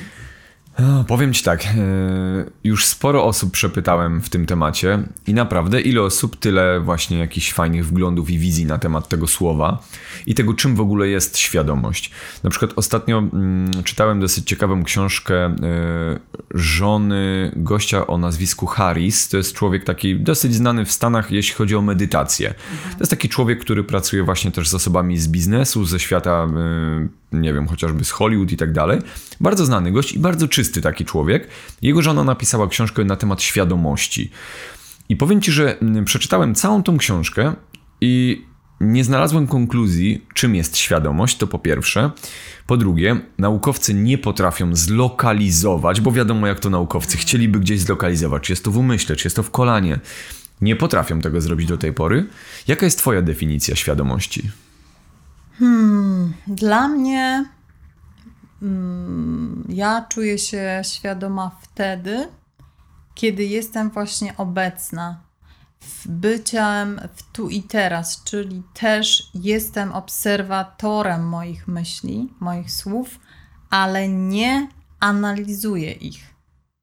S1: O, powiem ci tak, y, już sporo osób przepytałem w tym temacie i naprawdę ile osób, tyle właśnie jakichś fajnych wglądów i wizji na temat tego słowa i tego, czym w ogóle jest świadomość. Na przykład ostatnio mm, czytałem dosyć ciekawą książkę y, żony gościa o nazwisku Harris. To jest człowiek taki dosyć znany w Stanach, jeśli chodzi o medytację. Mhm. To jest taki człowiek, który pracuje właśnie też z osobami z biznesu, ze świata, y, nie wiem, chociażby z Hollywood i tak dalej. Bardzo znany gość i bardzo czysty taki człowiek. Jego żona napisała książkę na temat świadomości. I powiem ci, że przeczytałem całą tą książkę i nie znalazłem konkluzji, czym jest świadomość, to po pierwsze. Po drugie, naukowcy nie potrafią zlokalizować, bo wiadomo jak to naukowcy chcieliby gdzieś zlokalizować, czy jest to w umyśle, czy jest to w kolanie. Nie potrafią tego zrobić do tej pory. Jaka jest twoja definicja świadomości?
S2: Hmm, dla mnie mm, ja czuję się świadoma wtedy, kiedy jestem właśnie obecna w byciem w tu i teraz, czyli też jestem obserwatorem moich myśli, moich słów, ale nie analizuję ich.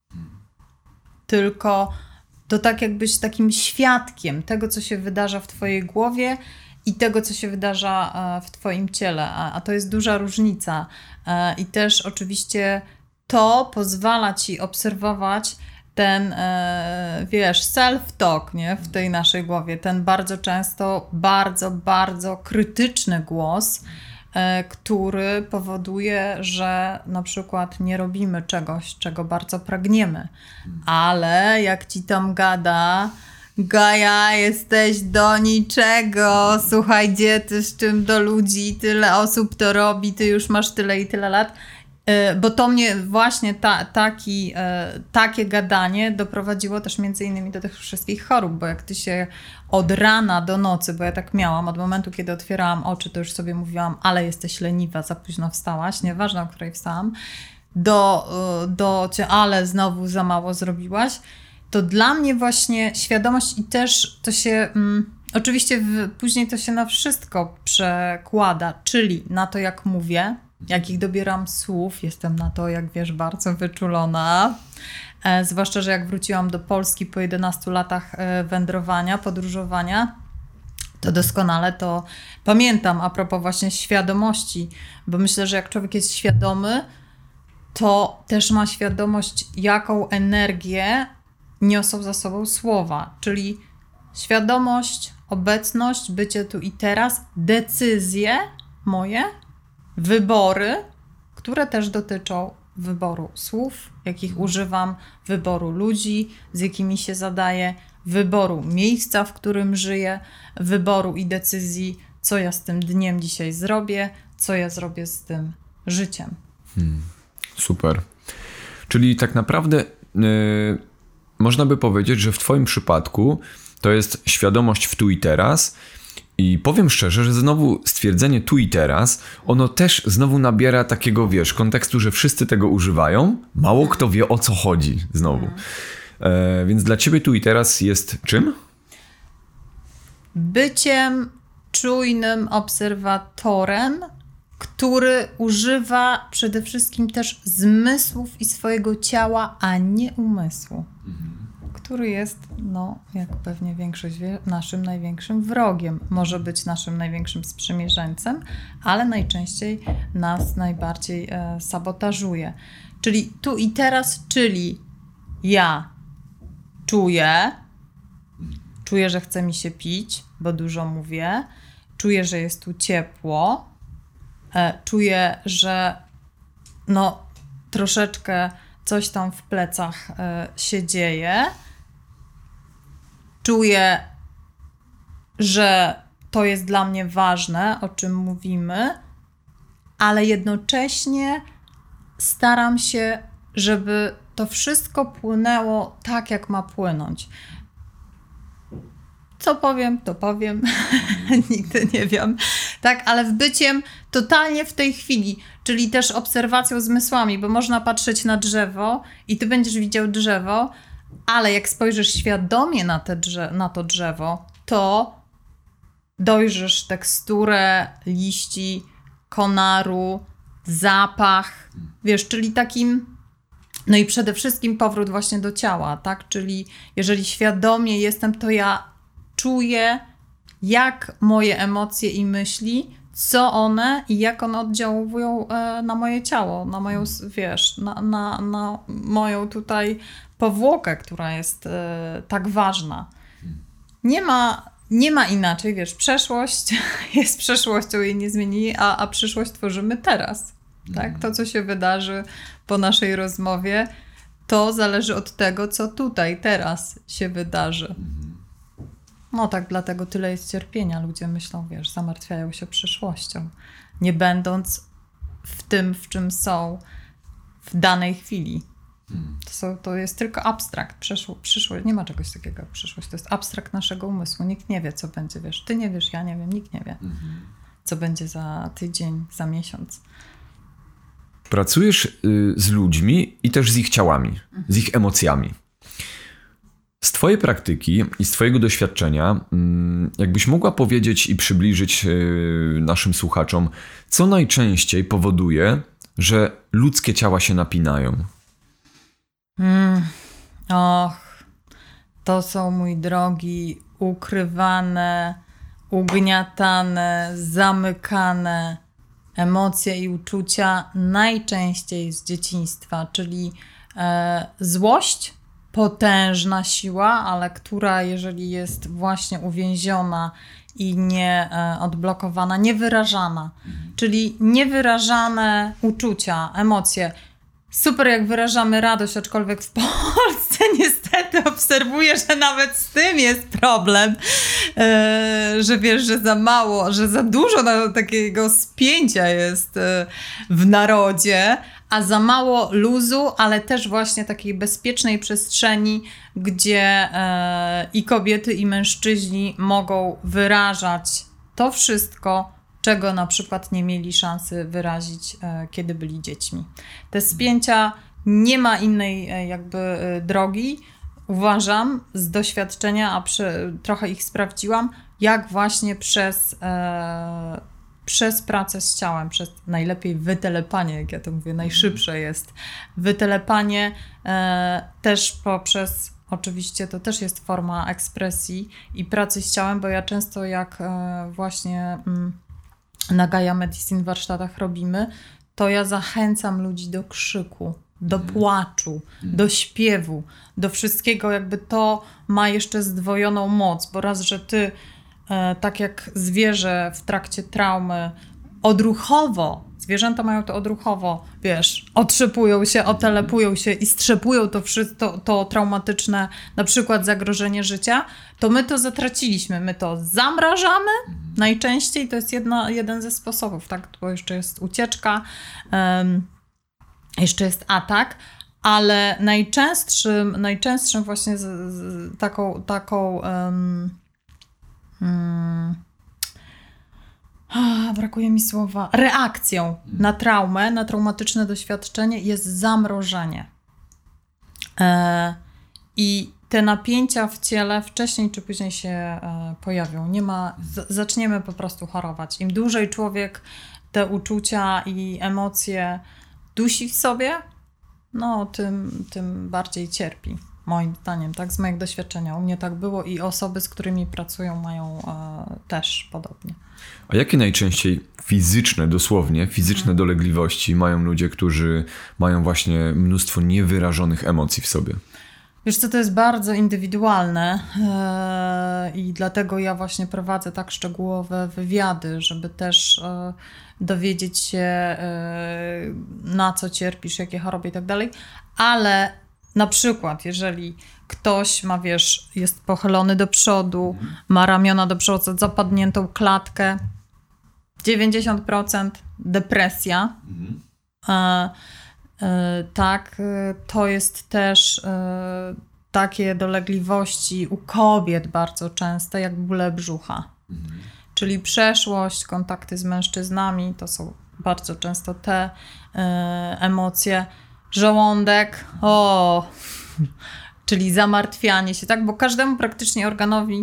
S2: Tylko to tak jakbyś takim świadkiem tego, co się wydarza w twojej głowie i tego, co się wydarza w twoim ciele. A, a to jest duża różnica. I też oczywiście to pozwala ci obserwować ten, wiesz, self-talk, nie? W tej naszej głowie. Ten bardzo często, bardzo, bardzo krytyczny głos, który powoduje, że na przykład nie robimy czegoś, czego bardzo pragniemy. Ale jak ci tam gada: Gaja, jesteś do niczego, słuchaj, gdzie ty z czym do ludzi, tyle osób to robi, ty już masz tyle i tyle lat. Bo to mnie właśnie ta, taki, takie gadanie doprowadziło też między innymi do tych wszystkich chorób, bo jak ty się od rana do nocy, bo ja tak miałam, od momentu, kiedy otwierałam oczy, to już sobie mówiłam, ale jesteś leniwa, za późno wstałaś, nieważne, o której wstałam, do, do cię, ale znowu za mało zrobiłaś, to dla mnie właśnie świadomość i też to się, mm, oczywiście w, później to się na wszystko przekłada, czyli na to, jak mówię, jakich dobieram słów, jestem na to, jak wiesz, bardzo wyczulona. E, zwłaszcza, że jak wróciłam do Polski po jedenastu latach e, wędrowania, podróżowania, to doskonale to pamiętam a propos właśnie świadomości, bo myślę, że jak człowiek jest świadomy, to też ma świadomość, jaką energię niosą za sobą słowa, czyli świadomość, obecność, bycie tu i teraz, decyzje moje, wybory, które też dotyczą wyboru słów, jakich używam, wyboru ludzi, z jakimi się zadaję, wyboru miejsca, w którym żyję, wyboru i decyzji, co ja z tym dniem dzisiaj zrobię, co ja zrobię z tym życiem.
S1: Hmm, super. Czyli tak naprawdę yy, można by powiedzieć, że w twoim przypadku to jest świadomość w tu i teraz. I powiem szczerze, że znowu stwierdzenie tu i teraz, ono też znowu nabiera takiego, wiesz, kontekstu, że wszyscy tego używają. Mało kto wie, o co chodzi znowu. Hmm. E, więc dla ciebie tu i teraz jest czym?
S2: Byciem czujnym obserwatorem, który używa przede wszystkim też zmysłów i swojego ciała, a nie umysłu. Mhm. Który jest, no, jak pewnie większość wie, naszym największym wrogiem. Może być naszym największym sprzymierzeńcem, ale najczęściej nas najbardziej e, sabotażuje. Czyli tu i teraz, czyli ja czuję, czuję, że chce mi się pić, bo dużo mówię, czuję, że jest tu ciepło, e, czuję, że no troszeczkę coś tam w plecach e, się dzieje, czuję, że to jest dla mnie ważne, o czym mówimy, ale jednocześnie staram się, żeby to wszystko płynęło tak, jak ma płynąć. Co powiem, to powiem. Nigdy nie wiem. Tak, ale w byciem totalnie w tej chwili, czyli też obserwacją zmysłami, bo można patrzeć na drzewo i ty będziesz widział drzewo, ale jak spojrzysz świadomie na, te drze- na to drzewo, to dojrzysz teksturę liści, konaru, zapach, wiesz, czyli takim, no i przede wszystkim powrót właśnie do ciała, tak? Czyli jeżeli świadomie jestem, to ja czuję, jak moje emocje i myśli, co one i jak one oddziałują na moje ciało, na moją, wiesz, na, na, na moją tutaj powłokę, która jest e, tak ważna. Nie ma, nie ma inaczej, wiesz, przeszłość jest przeszłością, jej nie zmieni, a, a przyszłość tworzymy teraz. Tak? To, co się wydarzy po naszej rozmowie, to zależy od tego, co tutaj, teraz się wydarzy. No tak, dlatego tyle jest cierpienia. Ludzie myślą, wiesz, zamartwiają się przyszłością, nie będąc w tym, w czym są w danej chwili. To, są, to jest tylko abstrakt. Przeszło, przyszłość, nie ma czegoś takiego jak przyszłość. To jest abstrakt naszego umysłu. Nikt nie wie, co będzie, wiesz. Ty nie wiesz, ja nie wiem, nikt nie wie, mhm. co będzie za tydzień, za miesiąc.
S1: Pracujesz y, z ludźmi i też z ich ciałami, mhm. z ich emocjami. Z twojej praktyki i z twojego doświadczenia, jakbyś mogła powiedzieć i przybliżyć naszym słuchaczom, co najczęściej powoduje, że ludzkie ciała się napinają?
S2: Mm. Och, to są, mój drogi, ukrywane, ugniatane, zamykane emocje i uczucia najczęściej z dzieciństwa, czyli e, złość, potężna siła, ale która, jeżeli jest właśnie uwięziona i nie e, odblokowana, niewyrażana, mhm. czyli niewyrażane uczucia, emocje. Super, jak wyrażamy radość, aczkolwiek w Polsce niestety obserwuję, że nawet z tym jest problem, e, że wiesz, że za mało, że za dużo na, takiego spięcia jest e, w narodzie, a za mało luzu, ale też właśnie takiej bezpiecznej przestrzeni, gdzie e, i kobiety, i mężczyźni mogą wyrażać to wszystko, czego na przykład nie mieli szansy wyrazić, e, kiedy byli dziećmi. Te spięcia, nie ma innej e, jakby e, drogi. Uważam z doświadczenia, a przy, trochę ich sprawdziłam, jak właśnie przez... E, przez pracę z ciałem, przez najlepiej wytelepanie, jak ja to mówię, najszybsze jest wytelepanie, e, też poprzez, oczywiście to też jest forma ekspresji i pracy z ciałem, bo ja często jak e, właśnie mm, na Gaia Medicine w warsztatach robimy, to ja zachęcam ludzi do krzyku, do mm. płaczu, mm. do śpiewu, do wszystkiego, jakby to ma jeszcze zdwojoną moc, bo raz, że ty tak jak zwierzę w trakcie traumy odruchowo Zwierzęta mają to odruchowo, wiesz, otrzepują się, otelepują się i strzepują to, to, to traumatyczne, na przykład zagrożenie życia, to my to zatraciliśmy. My to zamrażamy najczęściej, to jest jedna, jeden ze sposobów, tak? Bo jeszcze jest ucieczka, um, jeszcze jest atak, ale najczęstszym, najczęstszym właśnie z, z taką, taką um, um, brakuje mi słowa, reakcją na traumę, na traumatyczne doświadczenie jest zamrożenie. E, I te napięcia w ciele wcześniej czy później się e, pojawią. Nie ma, z, zaczniemy po prostu chorować. Im dłużej człowiek te uczucia i emocje dusi w sobie, no tym, tym bardziej cierpi. Moim zdaniem, tak, z mojego doświadczenia. U mnie tak było i osoby, z którymi pracują, mają e, też podobnie.
S1: A jakie najczęściej fizyczne, dosłownie, fizyczne hmm. dolegliwości mają ludzie, którzy mają właśnie mnóstwo niewyrażonych emocji w sobie?
S2: Wiesz co, to jest bardzo indywidualne e, i dlatego ja właśnie prowadzę tak szczegółowe wywiady, żeby też e, dowiedzieć się e, na co cierpisz, jakie choroby i tak dalej, ale na przykład, jeżeli ktoś ma, wiesz, jest pochylony do przodu, mhm. ma ramiona do przodu, zapadniętą klatkę, dziewięćdziesiąt procent depresja, mhm. e, e, tak, to jest też e, takie dolegliwości u kobiet bardzo częste, jak bóle brzucha. Mhm. Czyli przeszłość, kontakty z mężczyznami, to są bardzo często te e, emocje. Żołądek, o, czyli zamartwianie się, tak? Bo każdemu praktycznie organowi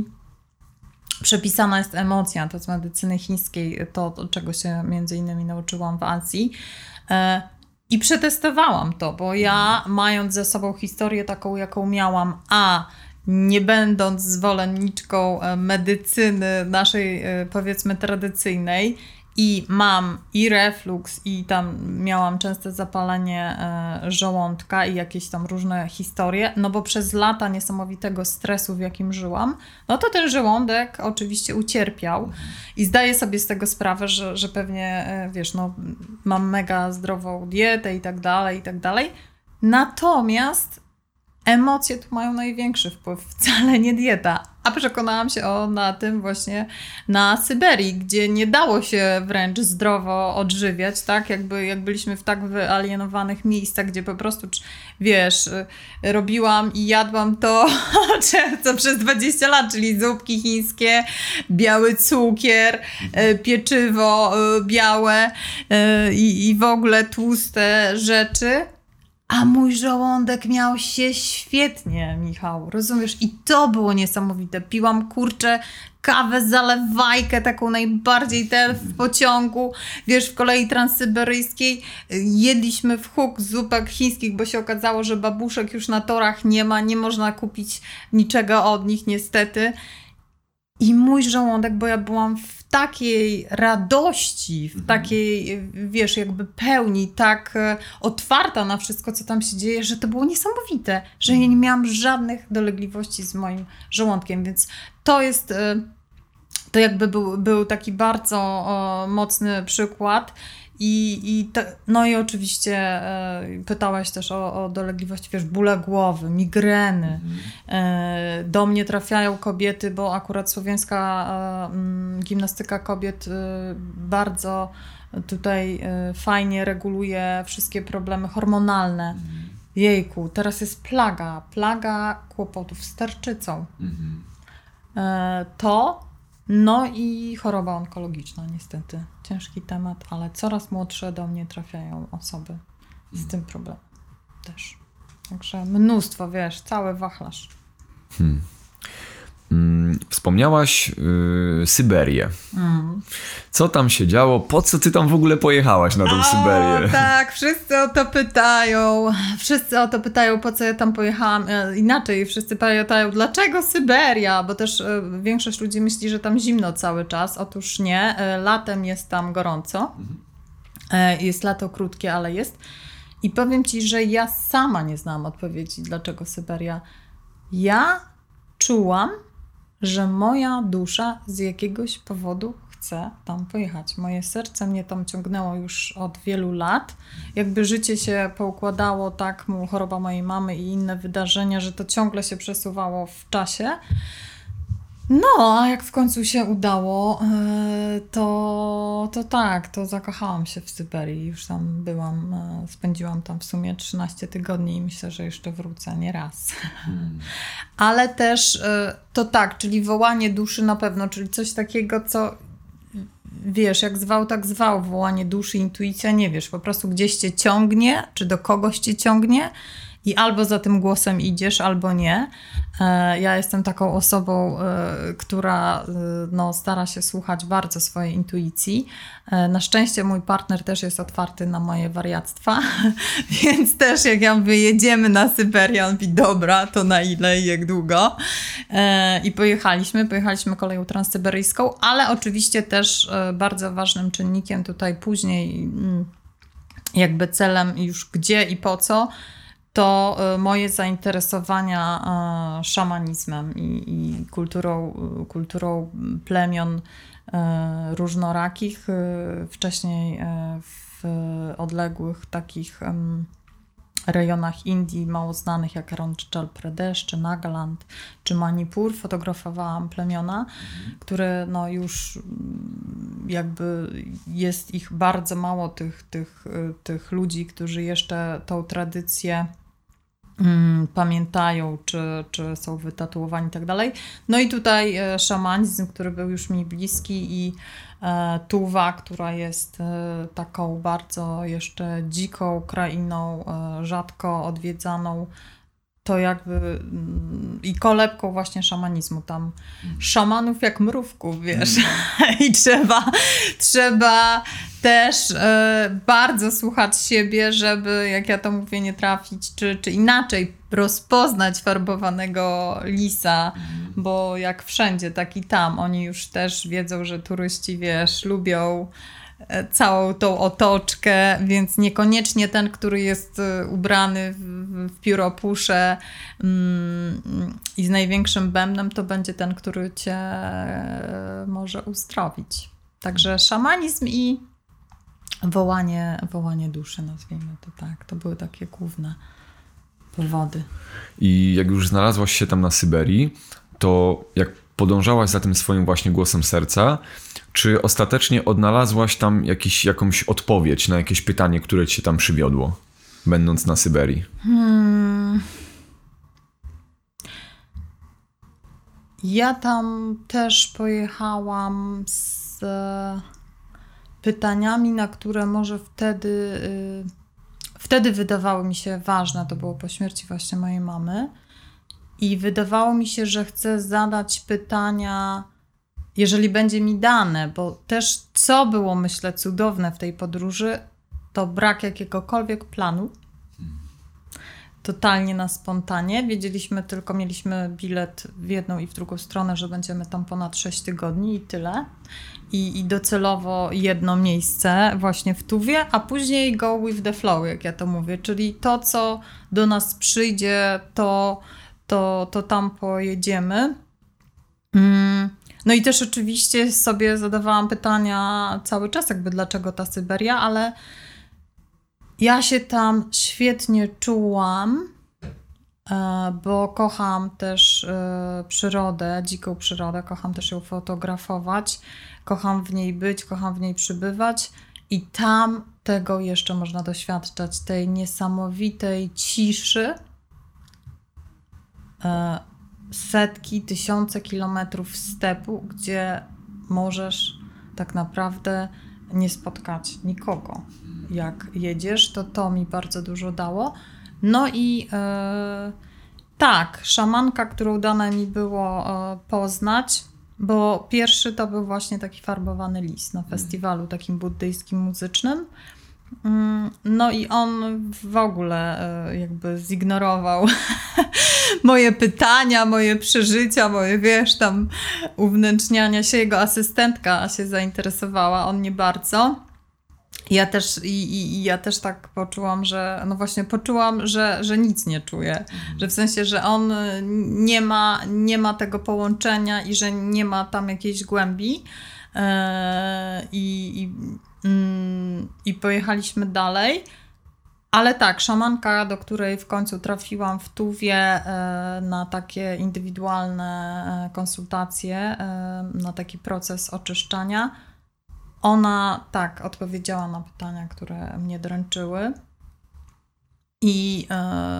S2: przepisana jest emocja. To z medycyny chińskiej, to, to czego się między innymi nauczyłam w Azji. E, I przetestowałam to, bo ja, mając ze sobą historię taką, jaką miałam, a nie będąc zwolenniczką medycyny naszej, powiedzmy, tradycyjnej, i mam i refluks, i tam miałam częste zapalenie e, żołądka i jakieś tam różne historie, no bo przez lata niesamowitego stresu, w jakim żyłam, no to ten żołądek oczywiście ucierpiał i zdaję sobie z tego sprawę, że, że pewnie, e, wiesz, no mam mega zdrową dietę i tak dalej, i tak dalej. Natomiast emocje tu mają największy wpływ, wcale nie dieta. A przekonałam się o, na tym właśnie na Syberii, gdzie nie dało się wręcz zdrowo odżywiać, tak? Jakby, jak byliśmy w tak wyalienowanych miejscach, gdzie po prostu, wiesz, robiłam i jadłam to, co przez dwadzieścia lat, czyli zupki chińskie, biały cukier, pieczywo białe i, i w ogóle tłuste rzeczy. A mój żołądek miał się świetnie, Michał, rozumiesz? I to było niesamowite. Piłam, kurczę, kawę, zalewajkę, taką najbardziej tę w pociągu, wiesz, w kolei transsyberyjskiej. Jedliśmy w huk zupek chińskich, bo się okazało, że babuszek już na torach nie ma, nie można kupić niczego od nich niestety. I mój żołądek, bo ja byłam w takiej radości, w takiej, wiesz, jakby pełni, tak otwarta na wszystko, co tam się dzieje, że to było niesamowite, że ja nie miałam żadnych dolegliwości z moim żołądkiem, więc to jest, to jakby był, był taki bardzo o, mocny przykład. I, i to, no i oczywiście e, pytałaś też o, o dolegliwości, wiesz, bóle głowy, migreny. Mhm. E, do mnie trafiają kobiety, bo akurat słowiańska e, gimnastyka kobiet e, bardzo tutaj e, fajnie reguluje wszystkie problemy hormonalne. Mhm. Jejku, teraz jest plaga, plaga kłopotów z tarczycą. Mhm. E, to No i choroba onkologiczna, niestety. Ciężki temat, ale coraz młodsze do mnie trafiają osoby z tym problemem też. Także mnóstwo, wiesz, cały wachlarz.
S1: Hmm. Hmm. Wspomniałaś yy, Syberię. Mm. Co tam się działo? Po co ty tam w ogóle pojechałaś na tą o, Syberię?
S2: Tak, wszyscy o to pytają. Wszyscy o to pytają, po co ja tam pojechałam. Inaczej, wszyscy pytają, dlaczego Syberia? Bo też y, większość ludzi myśli, że tam zimno cały czas. Otóż nie. Y, latem jest tam gorąco. Y, jest lato krótkie, ale jest. I powiem ci, że ja sama nie znałam odpowiedzi, dlaczego Syberia. Ja czułam, że moja dusza z jakiegoś powodu chce chcę tam pojechać. Moje serce mnie tam ciągnęło już od wielu lat. Jakby życie się poukładało tak, choroba mojej mamy i inne wydarzenia, że to ciągle się przesuwało w czasie. No, a jak w końcu się udało, to, to tak, to zakochałam się w Syberii. Już tam byłam, spędziłam tam w sumie trzynaście tygodni i myślę, że jeszcze wrócę nie raz. Hmm. Ale też to tak, czyli wołanie duszy na pewno, czyli coś takiego, co wiesz, jak zwał, tak zwał, wołanie duszy, intuicja, nie wiesz, po prostu gdzieś cię ciągnie, czy do kogoś cię ciągnie. I albo za tym głosem idziesz, albo nie. Ja jestem taką osobą, która no, stara się słuchać bardzo swojej intuicji. Na szczęście mój partner też jest otwarty na moje wariactwa, więc też jak ja mówię, jedziemy na Syberię, on mówi, dobra, to na ile i jak długo. I pojechaliśmy, pojechaliśmy koleją transsyberyjską, ale oczywiście też bardzo ważnym czynnikiem tutaj później, jakby celem już gdzie i po co, to moje zainteresowania szamanizmem i, i kulturą, kulturą plemion różnorakich, wcześniej w odległych takich rejonach Indii, mało znanych jak Arunachal Pradesh, czy Nagaland, czy Manipur. Fotografowałam plemiona, które no już jakby jest ich bardzo mało, tych, tych, tych ludzi, którzy jeszcze tą tradycję Mm, pamiętają, czy, czy są wytatuowani i tak dalej. No i tutaj e, szamanizm, który był już mi bliski i e, Tuwa, która jest e, taką bardzo jeszcze dziką krainą, e, rzadko odwiedzaną, to jakby mm, i kolebką właśnie szamanizmu. Tam szamanów jak mrówków, wiesz. Mm. I trzeba, trzeba też e, bardzo słuchać siebie, żeby, jak ja to mówię, nie trafić, czy, czy inaczej rozpoznać farbowanego lisa, mm. bo jak wszędzie, tak i tam. Oni już też wiedzą, że turyści, wiesz, lubią całą tą otoczkę, więc niekoniecznie ten, który jest ubrany w, w pióropusze mm, i z największym bębnem, to będzie ten, który cię może uzdrowić. Także szamanizm i wołanie, wołanie duszy, nazwijmy to tak. To były takie główne powody.
S1: I jak już znalazłaś się tam na Syberii, to jak podążałaś za tym swoim właśnie głosem serca, czy ostatecznie odnalazłaś tam jakiś, jakąś odpowiedź na jakieś pytanie, które cię tam przywiodło, będąc na Syberii?
S2: Hmm. Ja tam też pojechałam z pytaniami, na które może wtedy, yy, wtedy wydawały mi się ważne. To było po śmierci właśnie mojej mamy. I wydawało mi się, że chcę zadać pytania, jeżeli będzie mi dane, bo też co było, myślę, cudowne w tej podróży, to brak jakiegokolwiek planu. Totalnie na spontanie. Wiedzieliśmy tylko, mieliśmy bilet w jedną i w drugą stronę, że będziemy tam ponad sześć tygodni i tyle. I, i docelowo jedno miejsce właśnie w Tuwie, a później go with the flow, jak ja to mówię. Czyli to, co do nas przyjdzie, to, to, to tam pojedziemy. Mm. No i też oczywiście sobie zadawałam pytania cały czas, jakby dlaczego ta Syberia, ale ja się tam świetnie czułam, bo kocham też przyrodę, dziką przyrodę, kocham też ją fotografować, kocham w niej być, kocham w niej przybywać i tam tego jeszcze można doświadczać, tej niesamowitej ciszy, setki, tysiące kilometrów stepu, gdzie możesz tak naprawdę nie spotkać nikogo. Jak jedziesz, to to mi bardzo dużo dało. No i yy, tak, szamanka, którą dane mi było yy, poznać, bo pierwszy to był właśnie taki farbowany lis na festiwalu takim buddyjskim, muzycznym. No i on w ogóle jakby zignorował moje pytania, moje przeżycia, moje, wiesz, tam uwnętrzniania się. Jego asystentka się zainteresowała, on nie bardzo. Ja też, i, i, i ja też tak poczułam, że no właśnie poczułam, że, że nic nie czuję. Mhm. Że w sensie, że on nie ma, nie ma tego połączenia i że nie ma tam jakiejś głębi. i, i, i pojechaliśmy dalej. Ale tak, szamanka, do której w końcu trafiłam w Tuwie na takie indywidualne konsultacje, na taki proces oczyszczania, ona tak odpowiedziała na pytania, które mnie dręczyły. I,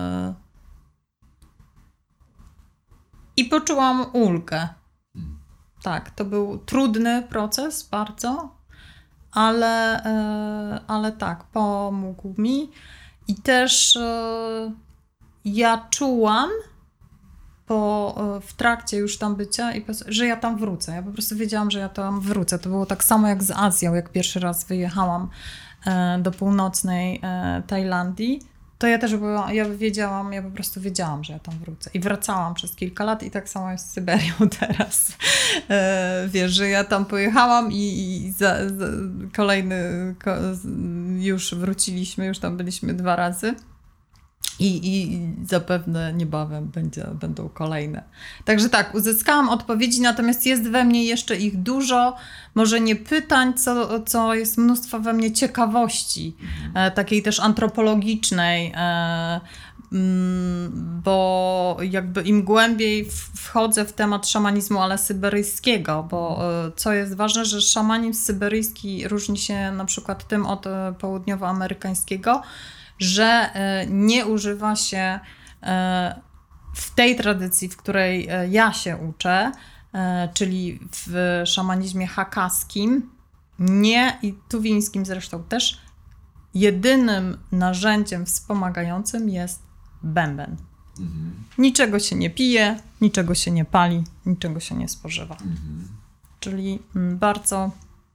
S2: i poczułam ulgę. Tak, to był trudny proces bardzo, ale, ale tak, pomógł mi. I też ja czułam po, w trakcie już tam bycia, że ja tam wrócę. Ja po prostu wiedziałam, że ja tam wrócę. To było tak samo jak z Azją, jak pierwszy raz wyjechałam do północnej Tajlandii. To ja też byłam, ja wiedziałam, ja po prostu wiedziałam, że ja tam wrócę. I wracałam przez kilka lat i tak samo jest z Syberią teraz. E, wiesz, że ja tam pojechałam i, i za, za kolejny, ko, już wróciliśmy, już tam byliśmy dwa razy. I, i zapewne niebawem będzie, będą kolejne. Także tak, uzyskałam odpowiedzi, natomiast jest we mnie jeszcze ich dużo, może nie pytań, co, co jest mnóstwo we mnie ciekawości, e, takiej też antropologicznej, e, mm, bo jakby im głębiej wchodzę w temat szamanizmu, ale syberyjskiego, bo e, co jest ważne, że szamanizm syberyjski różni się na przykład tym od e, południowoamerykańskiego, że nie używa się w tej tradycji, w której ja się uczę, czyli w szamanizmie hakaskim, nie i tuwińskim zresztą też, jedynym narzędziem wspomagającym jest bęben. Mhm. Niczego się nie pije, niczego się nie pali, niczego się nie spożywa. Mhm. Czyli bardzo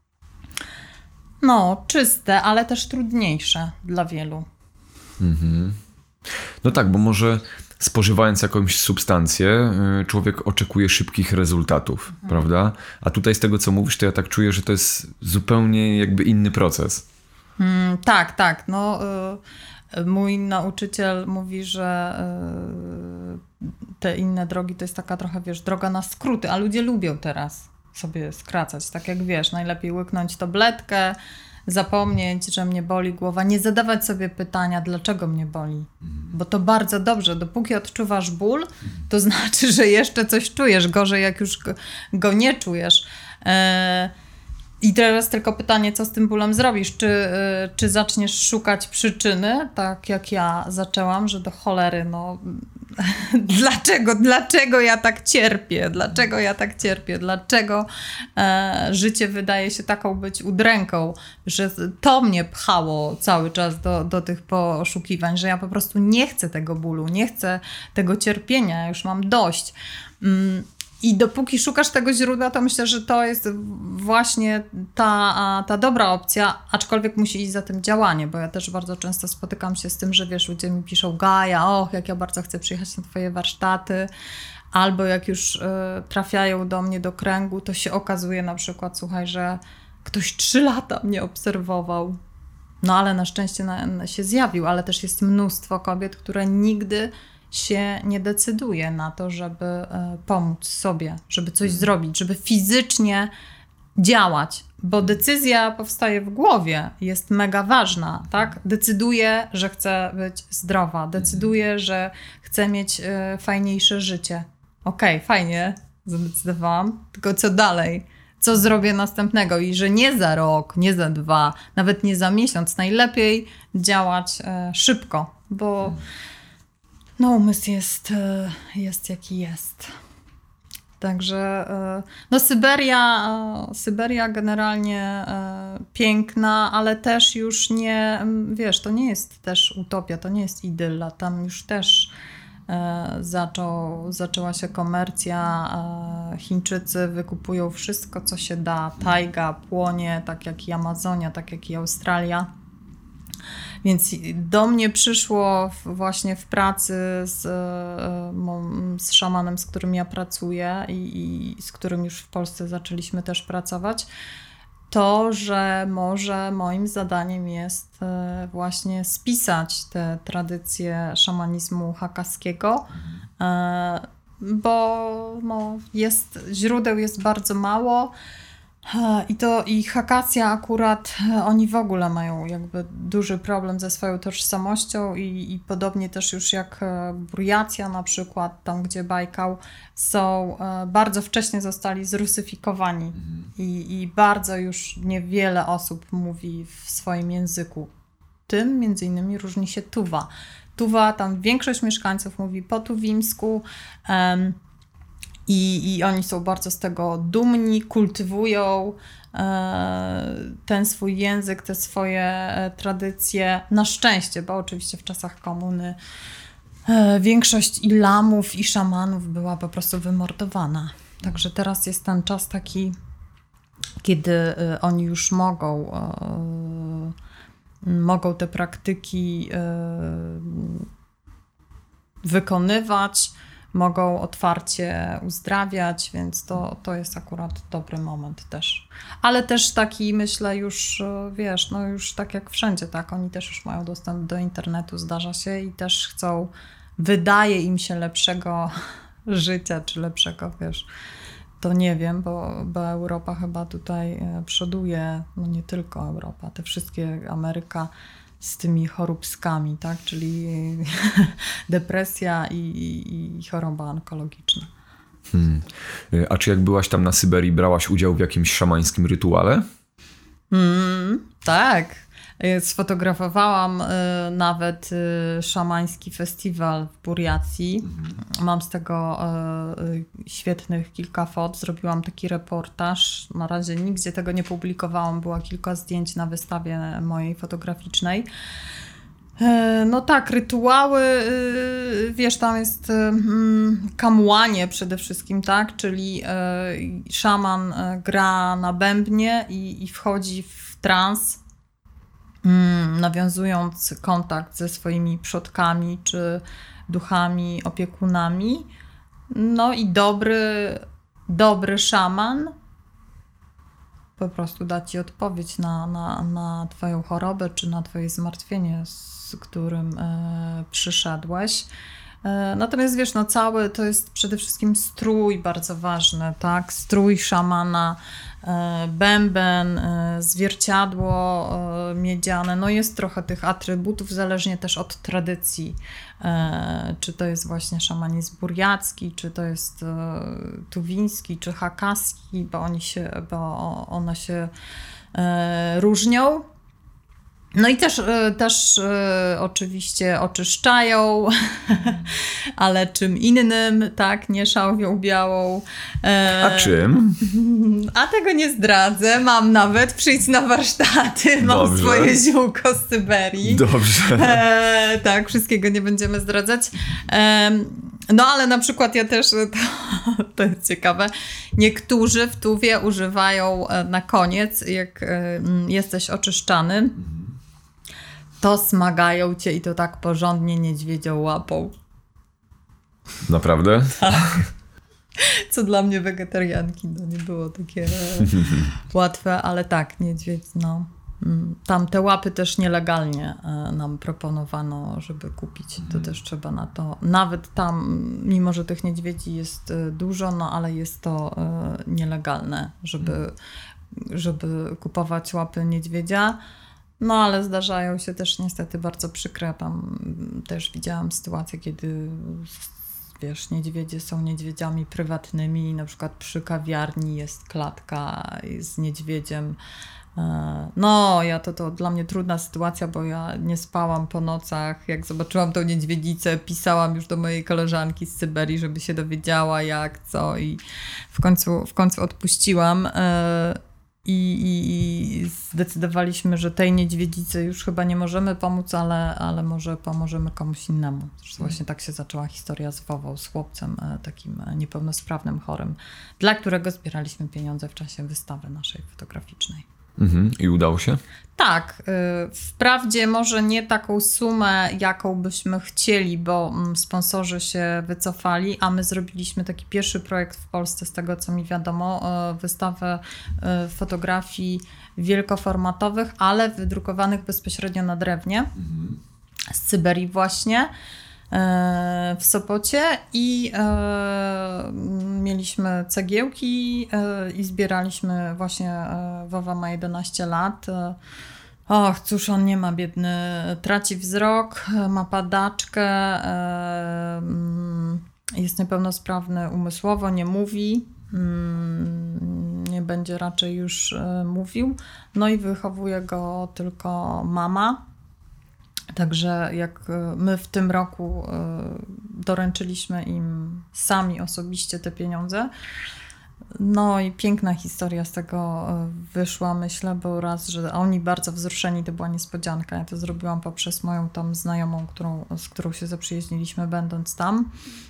S2: no, czyste, ale też trudniejsze dla wielu.
S1: Mhm. No tak, bo może spożywając jakąś substancję, człowiek oczekuje szybkich rezultatów, mhm. prawda? A tutaj z tego, co mówisz, to ja tak czuję, że to jest zupełnie jakby inny proces.
S2: Mm, tak, tak. No, y, mój nauczyciel mówi, że y, te inne drogi to jest taka trochę, wiesz, droga na skróty, a ludzie lubią teraz sobie skracać. Tak jak wiesz, najlepiej łyknąć tabletkę, zapomnieć, że mnie boli głowa, nie zadawać sobie pytania, dlaczego mnie boli. Bo to bardzo dobrze, dopóki odczuwasz ból, to znaczy, że jeszcze coś czujesz, gorzej jak już go, go nie czujesz. E, I teraz tylko pytanie, co z tym bólem zrobisz? Czy, e, czy zaczniesz szukać przyczyny, tak jak ja zaczęłam, że do cholery, no dlaczego, dlaczego ja tak cierpię, dlaczego ja tak cierpię, dlaczego e, życie wydaje się taką być udręką, że to mnie pchało cały czas do, do tych poszukiwań, że ja po prostu nie chcę tego bólu, nie chcę tego cierpienia, ja już mam dość. Mm. I dopóki szukasz tego źródła, to myślę, że to jest właśnie ta, ta dobra opcja, aczkolwiek musi iść za tym działanie, bo ja też bardzo często spotykam się z tym, że wiesz, ludzie mi piszą: Gaja, och, jak ja bardzo chcę przyjechać na twoje warsztaty, albo jak już y, trafiają do mnie do kręgu, to się okazuje na przykład, słuchaj, że ktoś trzy lata mnie obserwował, no ale na szczęście na, na się zjawił, ale też jest mnóstwo kobiet, które nigdy się nie decyduje na to, żeby pomóc sobie, żeby coś zrobić, żeby fizycznie działać, bo decyzja powstaje w głowie, jest mega ważna, tak? Decyduję, że chcę być zdrowa, decyduję, że chcę mieć fajniejsze życie. Okej, okay, fajnie, zadecydowałam, tylko co dalej? Co zrobię następnego? I że nie za rok, nie za dwa, nawet nie za miesiąc, najlepiej działać szybko, bo no umysł jest, jest jaki jest. Także no Syberia, Syberia generalnie piękna, ale też już nie, wiesz, to nie jest też utopia, to nie jest idylla. Tam już też zaczął, zaczęła się komercja, Chińczycy wykupują wszystko, co się da. Tajga płonie, tak jak i Amazonia, tak jak i Australia. Więc do mnie przyszło właśnie w pracy z, z szamanem, z którym ja pracuję i, i z którym już w Polsce zaczęliśmy też pracować, to, że może moim zadaniem jest właśnie spisać te tradycje szamanizmu hakaskiego, bo no, jest, źródeł jest bardzo mało. I to i Hakacja akurat, oni w ogóle mają jakby duży problem ze swoją tożsamością i, i podobnie też już jak Burjacja na przykład, tam gdzie Bajkał, są, bardzo wcześnie zostali zrusyfikowani mhm. I, i bardzo już niewiele osób mówi w swoim języku. Tym między innymi różni się Tuwa. Tuwa, tam większość mieszkańców mówi po tuwimsku, um, I, I oni są bardzo z tego dumni, kultywują e, ten swój język, te swoje e, tradycje. Na szczęście, bo oczywiście w czasach komuny e, większość i lamów, i szamanów była po prostu wymordowana. Także teraz jest ten czas taki, kiedy e, oni już mogą, e, mogą te praktyki e, wykonywać, mogą otwarcie uzdrawiać, więc to, to jest akurat dobry moment też. Ale też taki, myślę, już, wiesz, no już tak jak wszędzie, tak, oni też już mają dostęp do internetu, zdarza się i też chcą, wydaje im się lepszego życia, czy lepszego, wiesz, to nie wiem, bo, bo Europa chyba tutaj przoduje, no nie tylko Europa, te wszystkie, Ameryka, z tymi choróbskami, tak? Czyli depresja i, i, i choroba onkologiczna.
S1: Hmm. A czy jak byłaś tam na Syberii, brałaś udział w jakimś szamańskim rytuale?
S2: Hmm, tak. Sfotografowałam y, nawet y, szamański festiwal w Burjacji. Mhm. Mam z tego y, świetnych kilka fot. Zrobiłam taki reportaż. Na razie nigdzie tego nie publikowałam. Była kilka zdjęć na wystawie mojej fotograficznej. Y, no tak, rytuały, y, wiesz, tam jest y, kamłanie przede wszystkim, tak? Czyli y, szaman y, gra na bębnie i, i wchodzi w trans, nawiązując kontakt ze swoimi przodkami czy duchami, opiekunami. No i dobry, dobry szaman po prostu da ci odpowiedź na, na, na twoją chorobę czy na twoje zmartwienie, z którym e, przyszedłeś. E, natomiast wiesz, no cały to jest przede wszystkim strój bardzo ważny, tak? Strój szamana, bęben, zwierciadło miedziane, no jest trochę tych atrybutów, zależnie też od tradycji, czy to jest właśnie szamanizm burjacki, czy to jest tuwiński, czy hakaski, bo oni się, bo one się różnią. No i też, też oczywiście oczyszczają, ale czym innym, tak, nie szałwią białą.
S1: A czym?
S2: A tego nie zdradzę, mam nawet, przyjdź na warsztaty, mam Dobrze. swoje ziółko z Syberii.
S1: Dobrze.
S2: E, tak, wszystkiego nie będziemy zdradzać. E, no ale na przykład ja też, to, to jest ciekawe, niektórzy w Tuwie używają na koniec, jak jesteś oczyszczany, to smagają cię i to tak porządnie niedźwiedzią łapą.
S1: Naprawdę?
S2: Tak. Co dla mnie wegetarianki, no nie było takie łatwe, ale tak, niedźwiedź, no. Tam te łapy też nielegalnie nam proponowano, żeby kupić. To też trzeba na to, nawet tam, mimo że tych niedźwiedzi jest dużo, no ale jest to nielegalne, żeby, żeby kupować łapy niedźwiedzia. No ale zdarzają się też niestety bardzo przykre. Tam też widziałam sytuację, kiedy wiesz, niedźwiedzie są niedźwiedziami prywatnymi. Na przykład przy kawiarni jest klatka z niedźwiedziem. No, ja to, to dla mnie trudna sytuacja, bo ja nie spałam po nocach. Jak zobaczyłam tą niedźwiedzicę, pisałam już do mojej koleżanki z Syberii, żeby się dowiedziała jak, co i w końcu, w końcu odpuściłam. I, i, I zdecydowaliśmy, że tej niedźwiedzicy już chyba nie możemy pomóc, ale, ale może pomożemy komuś innemu. Zresztą właśnie tak się zaczęła historia z Wową, z chłopcem takim niepełnosprawnym, chorym, dla którego zbieraliśmy pieniądze w czasie wystawy naszej fotograficznej.
S1: Mhm. I udało się?
S2: Tak. Wprawdzie może nie taką sumę, jaką byśmy chcieli, bo sponsorzy się wycofali, a my zrobiliśmy taki pierwszy projekt w Polsce, z tego co mi wiadomo, wystawę fotografii wielkoformatowych, ale wydrukowanych bezpośrednio na drewnie, mhm. z Syberii właśnie, w Sopocie i e, mieliśmy cegiełki i zbieraliśmy właśnie, Wowa ma jedenaście lat. Och, cóż on nie ma, biedny, traci wzrok, ma padaczkę, jest niepełnosprawny umysłowo, nie mówi, nie będzie raczej już mówił, no i wychowuje go tylko mama. Także jak my w tym roku doręczyliśmy im sami osobiście te pieniądze, no i piękna historia z tego wyszła, myślę, bo raz, że oni bardzo wzruszeni, to była niespodzianka. Ja to zrobiłam poprzez moją tam znajomą, którą, z którą się zaprzyjaźniliśmy będąc tam.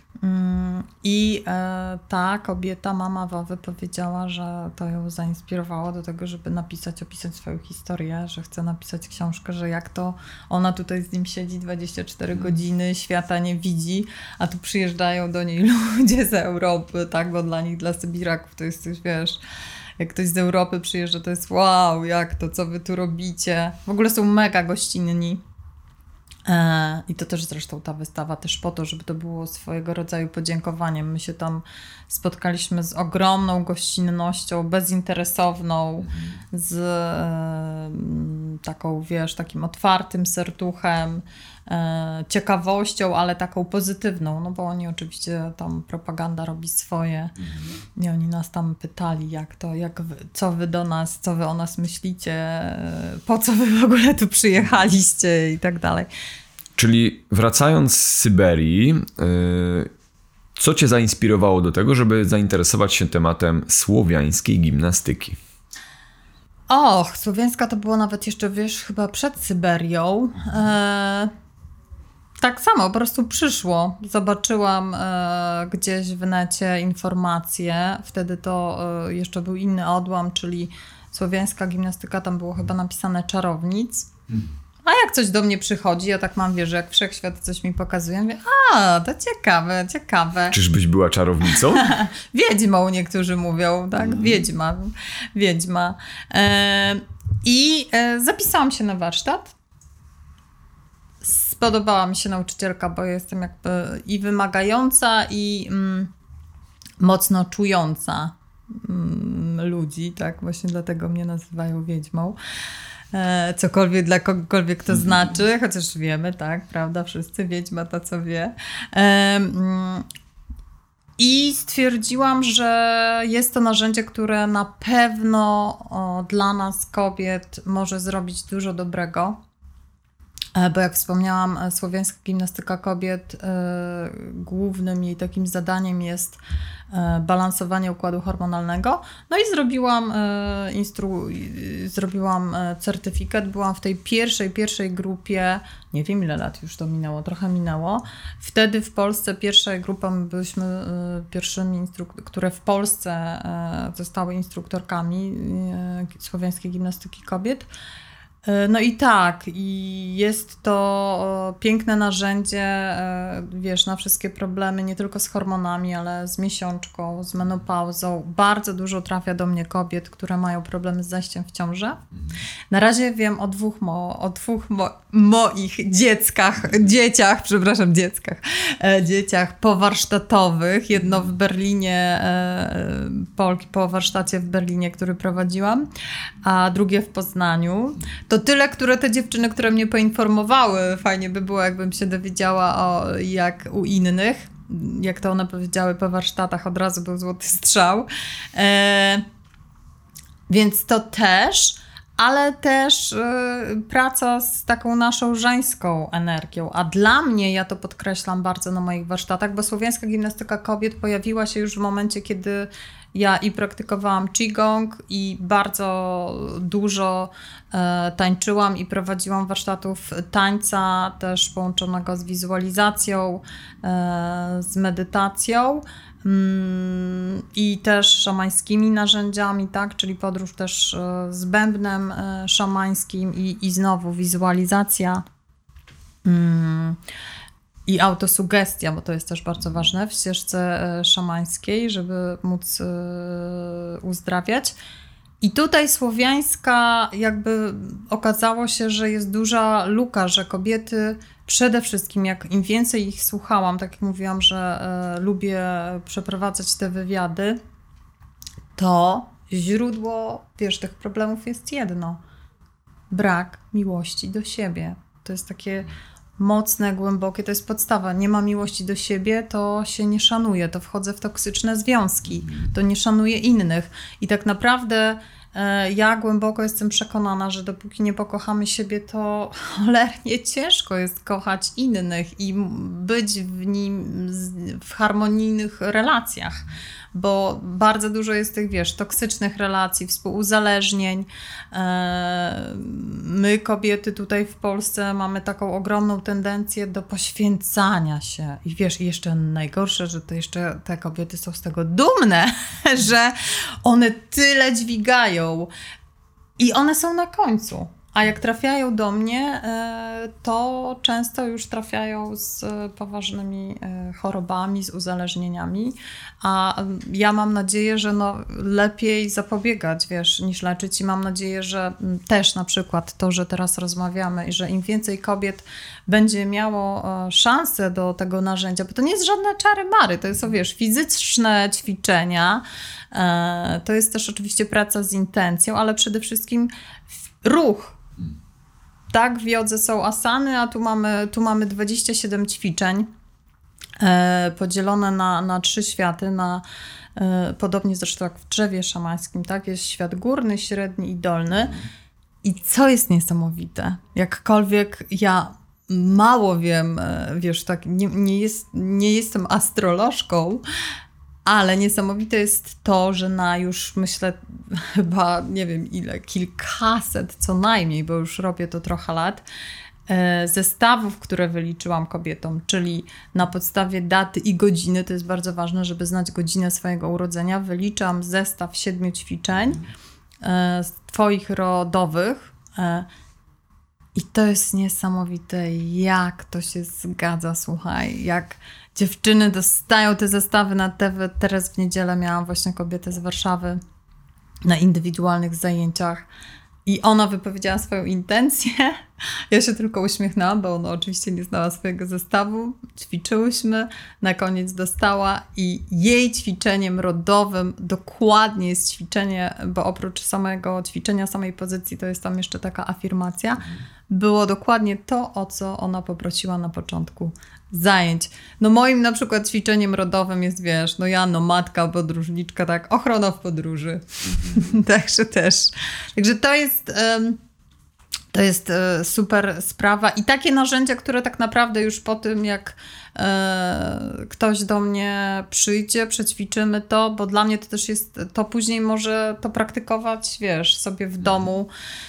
S2: I ta kobieta, mama Wowy, powiedziała, że to ją zainspirowało do tego, żeby napisać, opisać swoją historię, że chce napisać książkę, że jak to ona tutaj z nim siedzi dwadzieścia cztery godziny, świata nie widzi, a tu przyjeżdżają do niej ludzie z Europy, tak, bo dla nich, dla Sybiraków to jest coś, wiesz, jak ktoś z Europy przyjeżdża, to jest wow, jak to, co wy tu robicie. W ogóle są mega gościnni. I to też zresztą ta wystawa też po to, żeby to było swojego rodzaju podziękowaniem. My się tam spotkaliśmy z ogromną gościnnością, bezinteresowną, z e, taką, wiesz, takim otwartym serduchem, e, ciekawością, ale taką pozytywną, no bo oni oczywiście tam propaganda robi swoje mhm. i oni nas tam pytali, jak to, jak wy, co wy do nas, co wy o nas myślicie, po co wy w ogóle tu przyjechaliście i tak dalej.
S1: Czyli wracając z Syberii, yy, co cię zainspirowało do tego, żeby zainteresować się tematem słowiańskiej gimnastyki?
S2: Och, słowiańska to było nawet jeszcze, wiesz, chyba przed Syberią. E, tak samo, po prostu przyszło. Zobaczyłam e, gdzieś w necie informacje. Wtedy to e, jeszcze był inny odłam, czyli słowiańska gimnastyka, tam było chyba napisane czarownic. Hmm. A jak coś do mnie przychodzi, ja tak mam, wiesz, że jak wszechświat coś mi pokazuje, mówię, a, to ciekawe, ciekawe.
S1: Czyżbyś była czarownicą?
S2: Wiedźmą niektórzy mówią, tak? Mm. Wiedźma, wiedźma. E, I e, zapisałam się na warsztat. Spodobała mi się nauczycielka, bo jestem jakby i wymagająca, i mm, mocno czująca mm, ludzi, tak? Właśnie dlatego mnie nazywają wiedźmą. Cokolwiek dla kogokolwiek to znaczy, chociaż wiemy, tak, prawda, wszyscy, wiedźma to co wie. I stwierdziłam, że jest to narzędzie, które na pewno dla nas, kobiet, może zrobić dużo dobrego. Bo jak wspomniałam, słowiańska gimnastyka kobiet, głównym jej takim zadaniem jest balansowanie układu hormonalnego. No i zrobiłam, instru... zrobiłam certyfikat, byłam w tej pierwszej, pierwszej grupie, nie wiem ile lat już to minęło, trochę minęło. Wtedy w Polsce pierwsza grupa, my byliśmy pierwszymi, instruk- które w Polsce zostały instruktorkami słowiańskiej gimnastyki kobiet. No i tak, i jest to piękne narzędzie, wiesz, na wszystkie problemy, nie tylko z hormonami, ale z miesiączką, z menopauzą. Bardzo dużo trafia do mnie kobiet, które mają problemy z zajściem w ciążę. Na razie wiem o dwóch, mo, o dwóch mo, moich dzieckach, dzieciach, przepraszam, dzieckach, dzieciach powarsztatowych. Jedno w Berlinie, Polki po warsztacie w Berlinie, który prowadziłam, a drugie w Poznaniu. To tyle, które te dziewczyny, które mnie poinformowały. Fajnie by było, jakbym się dowiedziała o jak u innych. Jak to one powiedziały po warsztatach, od razu był złoty strzał. E, więc to też, ale też e, praca z taką naszą żeńską energią. A dla mnie, ja to podkreślam bardzo na moich warsztatach, bo słowiańska gimnastyka kobiet pojawiła się już w momencie, kiedy ja i praktykowałam qigong i bardzo dużo e, tańczyłam i prowadziłam warsztatów tańca, też połączonego z wizualizacją, e, z medytacją mm, i też szamańskimi narzędziami, tak, czyli podróż też e, z bębnem e, szamańskim i, i znowu wizualizacja. Mm. I autosugestia, bo to jest też bardzo ważne w ścieżce szamańskiej, żeby móc uzdrawiać. I tutaj słowiańska jakby okazało się, że jest duża luka, że kobiety przede wszystkim, jak im więcej ich słuchałam, tak jak mówiłam, że e, lubię przeprowadzać te wywiady, to źródło, wiesz, tych problemów jest jedno. Brak miłości do siebie. To jest takie mocne, głębokie, to jest podstawa. Nie ma miłości do siebie, to się nie szanuje, to wchodzę w toksyczne związki, to nie szanuję innych. I tak naprawdę e, ja głęboko jestem przekonana, że dopóki nie pokochamy siebie, to cholernie ciężko jest kochać innych i być w nim w harmonijnych relacjach. Bo bardzo dużo jest tych, wiesz, toksycznych relacji, współuzależnień. My, kobiety tutaj w Polsce, mamy taką ogromną tendencję do poświęcania się. I wiesz, i jeszcze najgorsze, że to jeszcze te kobiety są z tego dumne, że one tyle dźwigają i one są na końcu. A jak trafiają do mnie, to często już trafiają z poważnymi chorobami, z uzależnieniami, a ja mam nadzieję, że no lepiej zapobiegać, wiesz, niż leczyć i mam nadzieję, że też na przykład to, że teraz rozmawiamy i że im więcej kobiet będzie miało szansę do tego narzędzia, bo to nie jest żadne czary-mary, to jest, wiesz, fizyczne ćwiczenia, to jest też oczywiście praca z intencją, ale przede wszystkim ruch. Tak, w jodze są asany, a tu mamy, tu mamy dwadzieścia siedem ćwiczeń e, podzielone na, na trzy światy, na, e, podobnie zresztą jak w drzewie szamańskim, tak? Jest świat górny, średni i dolny. I co jest niesamowite, jakkolwiek ja mało wiem, e, wiesz, tak, nie, nie, jest, nie jestem astrolożką, ale niesamowite jest to, że na już myślę chyba nie wiem ile, kilkaset co najmniej, bo już robię to trochę lat, zestawów, które wyliczyłam kobietom, czyli na podstawie daty i godziny, to jest bardzo ważne, żeby znać godzinę swojego urodzenia, wyliczam zestaw siedmiu ćwiczeń twoich rodowych i to jest niesamowite, jak to się zgadza, słuchaj, jak dziewczyny dostają te zestawy na T V. Teraz w niedzielę miałam właśnie kobietę z Warszawy na indywidualnych zajęciach i ona wypowiedziała swoją intencję. Ja się tylko uśmiechnęłam, bo ona oczywiście nie znała swojego zestawu. Ćwiczyłyśmy, na koniec dostała i jej ćwiczeniem rodowym dokładnie jest ćwiczenie, bo oprócz samego ćwiczenia, samej pozycji, to jest tam jeszcze taka afirmacja. Było dokładnie to, o co ona poprosiła na początku zajęć. No moim na przykład ćwiczeniem rodowym jest, wiesz, no ja, no matka, podróżniczka, tak, ochrona w podróży. Także też. Także to jest, um, to jest uh, super sprawa i takie narzędzia, które tak naprawdę już po tym, jak uh, ktoś do mnie przyjdzie, przećwiczymy to, bo dla mnie to też jest, to później może to praktykować, wiesz, sobie w domu,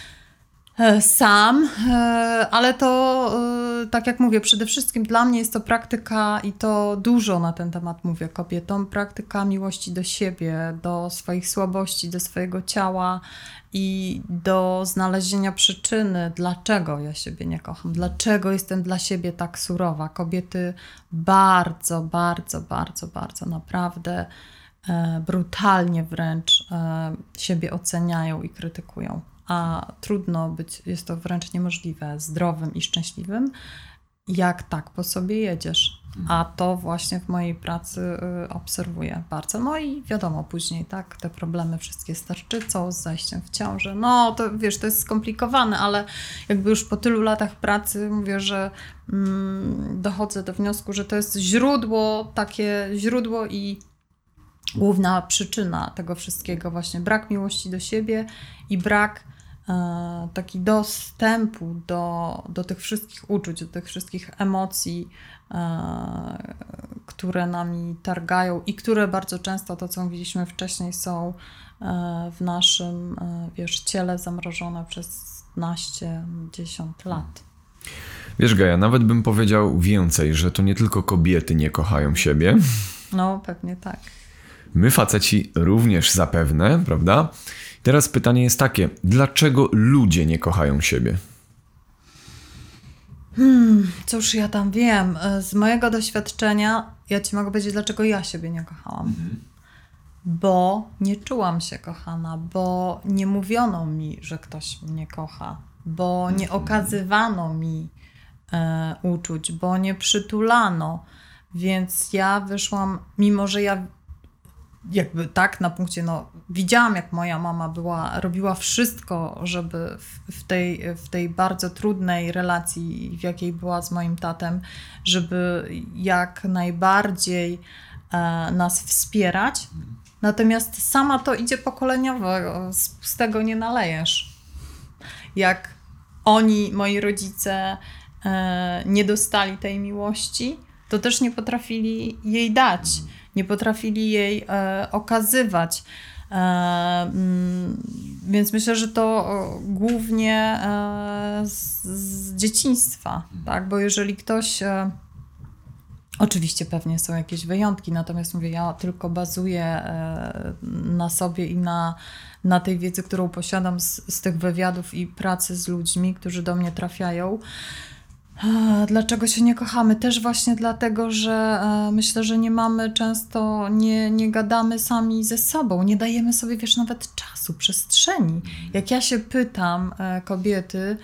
S2: sam, ale to, tak jak mówię, przede wszystkim dla mnie jest to praktyka i to dużo na ten temat mówię kobietom, praktyka miłości do siebie, do swoich słabości, do swojego ciała i do znalezienia przyczyny, dlaczego ja siebie nie kocham, dlaczego jestem dla siebie tak surowa. Kobiety bardzo, bardzo, bardzo, bardzo naprawdę brutalnie wręcz siebie oceniają i krytykują. A trudno być, jest to wręcz niemożliwe, zdrowym i szczęśliwym, jak tak po sobie jedziesz. A to właśnie w mojej pracy y, obserwuję bardzo. No i wiadomo, później tak, te problemy wszystkie z tarczycą, z zajściem w ciążę. No to wiesz, to jest skomplikowane, ale jakby już po tylu latach pracy mówię, że mm, dochodzę do wniosku, że to jest źródło, takie źródło i główna przyczyna tego wszystkiego, właśnie brak miłości do siebie i brak e, taki dostępu do, do tych wszystkich uczuć, do tych wszystkich emocji, e, które nami targają i które bardzo często, to co mówiliśmy wcześniej, są e, w naszym e, wiesz, ciele zamrożone przez naście, dziesiąt lat.
S1: Wiesz, Gaja, nawet bym powiedział więcej, że to nie tylko kobiety nie kochają siebie.
S2: No, pewnie tak.
S1: My, faceci, również zapewne, prawda? Teraz pytanie jest takie, dlaczego ludzie nie kochają siebie?
S2: Hmm, cóż ja tam wiem. Z mojego doświadczenia ja ci mogę powiedzieć, dlaczego ja siebie nie kochałam. Mhm. Bo nie czułam się kochana, bo nie mówiono mi, że ktoś mnie kocha, bo nie okazywano mi e, uczuć, bo nie przytulano. Więc ja wyszłam, mimo że ja jakby tak na punkcie, no widziałam, jak moja mama była, robiła wszystko, żeby w, w, tej, w tej bardzo trudnej relacji, w jakiej była z moim tatem, żeby jak najbardziej e, nas wspierać. Natomiast sama to idzie pokoleniowo, z pustego nie nalejesz. Jak oni, moi rodzice, e, nie dostali tej miłości, to też nie potrafili jej dać. Nie potrafili jej e, okazywać. E, mm, więc myślę, że to głównie e, z, z dzieciństwa, tak? Bo jeżeli ktoś... E, oczywiście pewnie są jakieś wyjątki, natomiast mówię, ja tylko bazuję e, na sobie i na, na tej wiedzy, którą posiadam z, z tych wywiadów i pracy z ludźmi, którzy do mnie trafiają. Dlaczego się nie kochamy? Też właśnie dlatego, że myślę, że nie mamy często, nie, nie gadamy sami ze sobą, nie dajemy sobie, wiesz, nawet czasu, przestrzeni. Jak ja się pytam kobiety,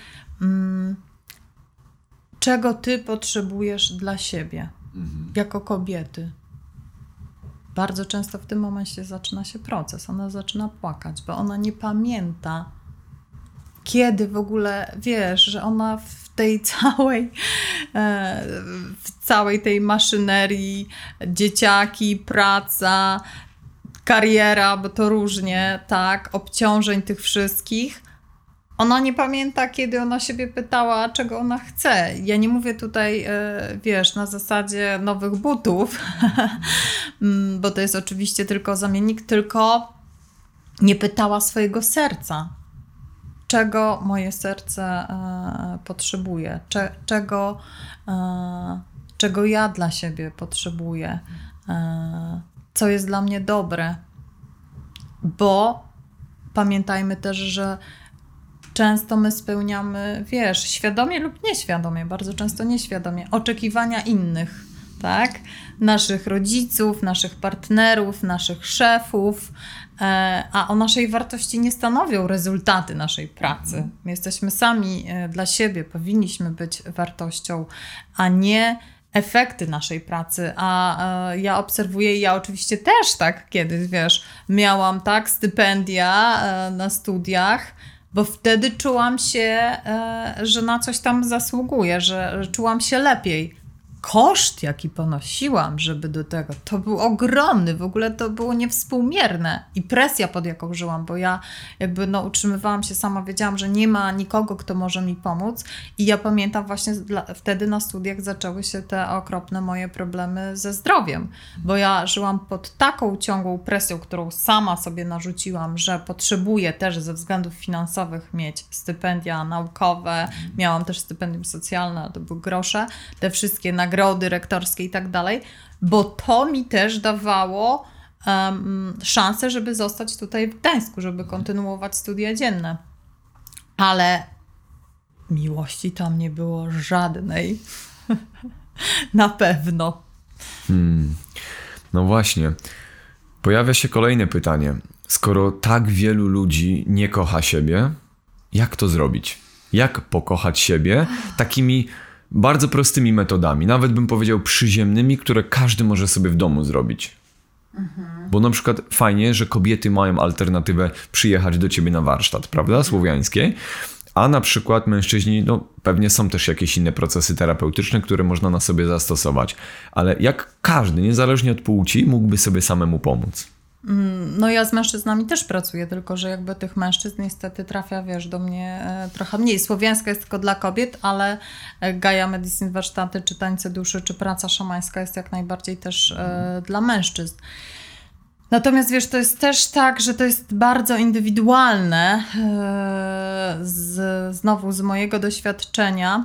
S2: czego ty potrzebujesz dla siebie, mhm. jako kobiety? Bardzo często w tym momencie zaczyna się proces, ona zaczyna płakać, bo ona nie pamięta, kiedy w ogóle, wiesz, że ona w tej całej, w całej tej maszynerii, dzieciaki, praca, kariera, bo to różnie, tak, obciążeń tych wszystkich, ona nie pamięta, kiedy ona siebie pytała, czego ona chce. Ja nie mówię tutaj, wiesz, na zasadzie nowych butów, bo to jest oczywiście tylko zamiennik, tylko nie pytała swojego serca. Czego moje serce e, potrzebuje, Cze, czego, e, czego ja dla siebie potrzebuję, e, co jest dla mnie dobre. Bo pamiętajmy też, że często my spełniamy, wiesz, świadomie lub nieświadomie, bardzo często nieświadomie, oczekiwania innych, tak? Naszych rodziców, naszych partnerów, naszych szefów, a o naszej wartości nie stanowią rezultaty naszej pracy. My jesteśmy sami dla siebie, powinniśmy być wartością, a nie efekty naszej pracy. A ja obserwuję, i ja oczywiście też tak kiedyś, wiesz, miałam tak stypendia na studiach, bo wtedy czułam się, że na coś tam zasługuję, że, że czułam się lepiej. Koszt, jaki ponosiłam, żeby do tego, to był ogromny, w ogóle to było niewspółmierne i presja, pod jaką żyłam, bo ja jakby no utrzymywałam się sama, wiedziałam, że nie ma nikogo, kto może mi pomóc i ja pamiętam właśnie dla, wtedy na studiach zaczęły się te okropne moje problemy ze zdrowiem, bo ja żyłam pod taką ciągłą presją, którą sama sobie narzuciłam, że potrzebuję też ze względów finansowych mieć stypendia naukowe, miałam też stypendium socjalne, to były grosze, te wszystkie nagrody nagrody rektorskie i tak dalej, bo to mi też dawało um, szansę, żeby zostać tutaj w Gdańsku, żeby kontynuować studia dzienne. Ale miłości tam nie było żadnej. Na pewno.
S1: Hmm. No właśnie. Pojawia się kolejne pytanie. Skoro tak wielu ludzi nie kocha siebie, jak to zrobić? Jak pokochać siebie takimi bardzo prostymi metodami, nawet bym powiedział przyziemnymi, które każdy może sobie w domu zrobić. Mhm. Bo na przykład fajnie, że kobiety mają alternatywę przyjechać do ciebie na warsztat, prawda, słowiańskiej, a na przykład mężczyźni, no pewnie są też jakieś inne procesy terapeutyczne, które można na sobie zastosować, ale jak każdy, niezależnie od płci, mógłby sobie samemu pomóc?
S2: No ja z mężczyznami też pracuję, tylko że jakby tych mężczyzn niestety trafia, wiesz, do mnie e, trochę mniej. Słowiańska jest tylko dla kobiet, ale Gaia Medicine warsztaty, czy tańce duszy, czy praca szamańska jest jak najbardziej też e, dla mężczyzn. Natomiast wiesz, to jest też tak, że to jest bardzo indywidualne, e, z, znowu z mojego doświadczenia.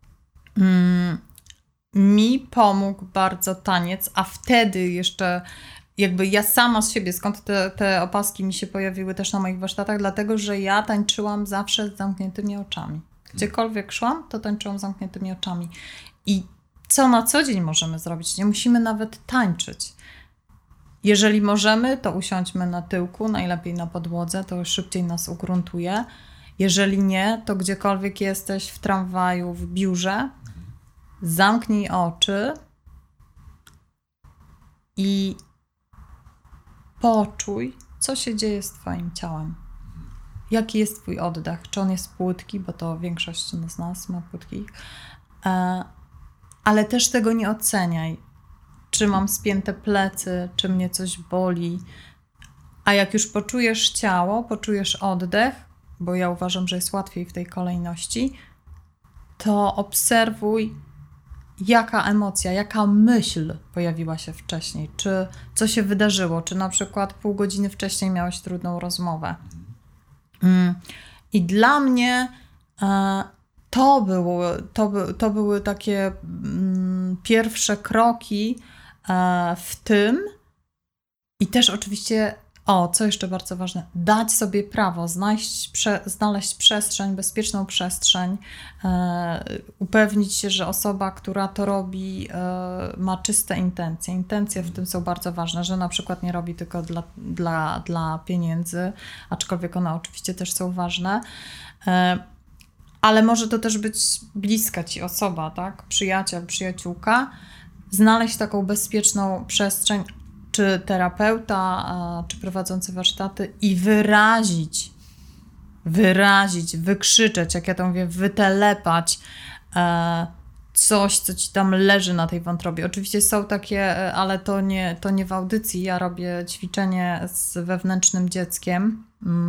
S2: Mm, mi pomógł bardzo taniec, a wtedy jeszcze jakby ja sama z siebie, skąd te, te opaski mi się pojawiły też na moich warsztatach, dlatego, że ja tańczyłam zawsze z zamkniętymi oczami. Gdziekolwiek szłam, to tańczyłam z zamkniętymi oczami. I co na co dzień możemy zrobić? Nie musimy nawet tańczyć. Jeżeli możemy, to usiądźmy na tyłku, najlepiej na podłodze, to szybciej nas ugruntuje. Jeżeli nie, to gdziekolwiek jesteś, w tramwaju, w biurze, zamknij oczy i poczuj, co się dzieje z twoim ciałem. Jaki jest twój oddech? Czy on jest płytki, bo to większość z nas ma płytki. E, ale też tego nie oceniaj. Czy mam spięte plecy, czy mnie coś boli. A jak już poczujesz ciało, poczujesz oddech, bo ja uważam, że jest łatwiej w tej kolejności, to obserwuj, jaka emocja, jaka myśl pojawiła się wcześniej, czy co się wydarzyło, czy na przykład pół godziny wcześniej miałeś trudną rozmowę. Mm. I dla mnie e, to, było, to, by, to były takie mm, pierwsze kroki e, w tym i też oczywiście, o, co jeszcze bardzo ważne, dać sobie prawo, znaleźć, prze, znaleźć przestrzeń, bezpieczną przestrzeń, e, upewnić się, że osoba, która to robi, e, ma czyste intencje. Intencje w tym są bardzo ważne, że na przykład nie robi tylko dla, dla, dla pieniędzy, aczkolwiek one oczywiście też są ważne, e, ale może to też być bliska ci osoba, tak? Przyjaciel, przyjaciółka, znaleźć taką bezpieczną przestrzeń, czy terapeuta, czy prowadzący warsztaty i wyrazić, wyrazić, wykrzyczeć, jak ja to mówię, wytelepać coś, co ci tam leży na tej wątrobie. Oczywiście są takie, ale to nie, to nie w audycji. Ja robię ćwiczenie z wewnętrznym dzieckiem,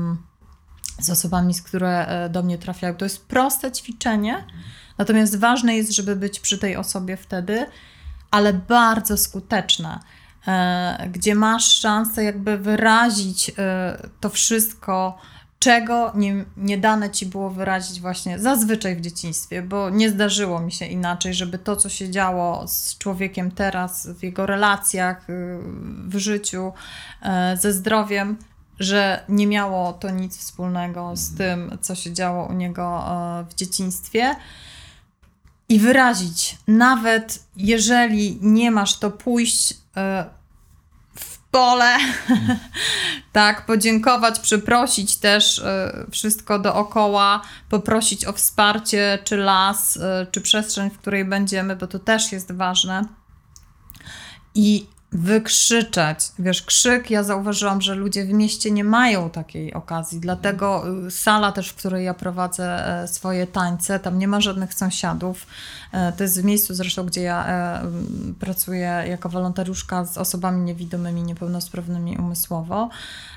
S2: z osobami, z które do mnie trafiają. To jest proste ćwiczenie, natomiast ważne jest, żeby być przy tej osobie wtedy, ale bardzo skuteczne, gdzie masz szansę jakby wyrazić to wszystko, czego nie, nie dane ci było wyrazić właśnie zazwyczaj w dzieciństwie, bo nie zdarzyło mi się inaczej, żeby to, co się działo z człowiekiem teraz, w jego relacjach, w życiu, ze zdrowiem, że nie miało to nic wspólnego z tym, co się działo u niego w dzieciństwie. I wyrazić, nawet jeżeli nie masz, to pójść w pole, tak, podziękować, przeprosić też wszystko dookoła, poprosić o wsparcie, czy las, czy przestrzeń, w której będziemy, bo to też jest ważne. I wykrzyczeć. Wiesz, krzyk, ja zauważyłam, że ludzie w mieście nie mają takiej okazji, dlatego sala też, w której ja prowadzę swoje tańce, tam nie ma żadnych sąsiadów. To jest w miejscu zresztą, gdzie ja pracuję jako wolontariuszka z osobami niewidomymi, niepełnosprawnymi umysłowo.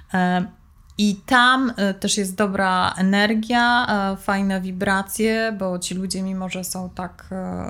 S2: I tam też jest dobra energia, fajne wibracje, bo ci ludzie, mimo że są tak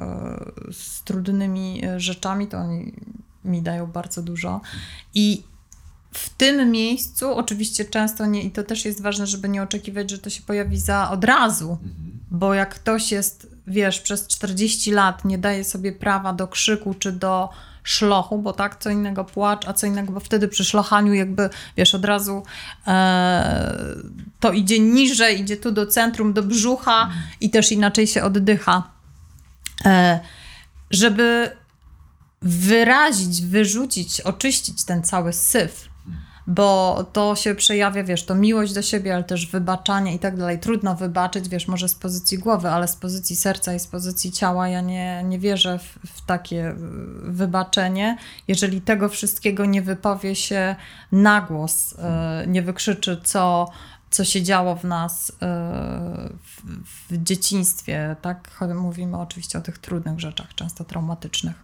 S2: z trudnymi rzeczami, to oni mi dają bardzo dużo. I w tym miejscu oczywiście często nie, i to też jest ważne, żeby nie oczekiwać, że to się pojawi za od razu, mhm. bo jak ktoś jest, wiesz, przez czterdzieści lat nie daje sobie prawa do krzyku czy do szlochu, bo tak, co innego płacz, a co innego, bo wtedy przy szlochaniu jakby, wiesz, od razu e, to idzie niżej, idzie tu do centrum, do brzucha mhm. i też inaczej się oddycha. E, żeby wyrazić, wyrzucić, oczyścić ten cały syf, bo to się przejawia, wiesz, to miłość do siebie, ale też wybaczanie i tak dalej. Trudno wybaczyć, wiesz, może z pozycji głowy, ale z pozycji serca i z pozycji ciała ja nie, nie wierzę w, w takie wybaczenie. Jeżeli tego wszystkiego nie wypowie się na głos, nie wykrzyczy, co co się działo w nas w, w dzieciństwie, tak? Mówimy oczywiście o tych trudnych rzeczach, często traumatycznych.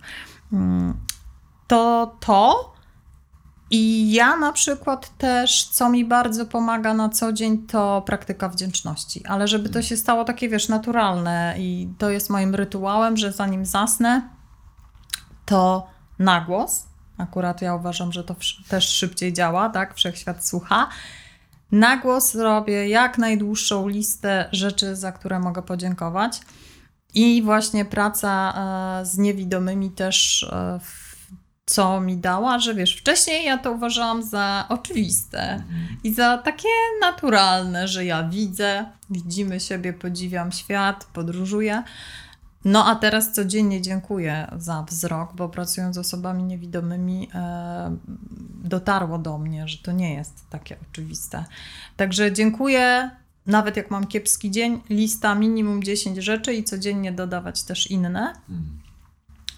S2: To to i ja na przykład też, co mi bardzo pomaga na co dzień, to praktyka wdzięczności, ale żeby to się stało takie, wiesz, naturalne i to jest moim rytuałem, że zanim zasnę, to na głos, akurat ja uważam, że to też szybciej działa, tak? Wszechświat słucha. Na głos robię jak najdłuższą listę rzeczy, za które mogę podziękować. I właśnie praca z niewidomymi też co mi dała, że wiesz, wcześniej ja to uważałam za oczywiste i za takie naturalne, że ja widzę, widzimy siebie, podziwiam świat, podróżuję. No a teraz codziennie dziękuję za wzrok, bo pracując z osobami niewidomymi e, dotarło do mnie, że to nie jest takie oczywiste. Także dziękuję, nawet jak mam kiepski dzień, lista minimum dziesięć rzeczy i codziennie dodawać też inne.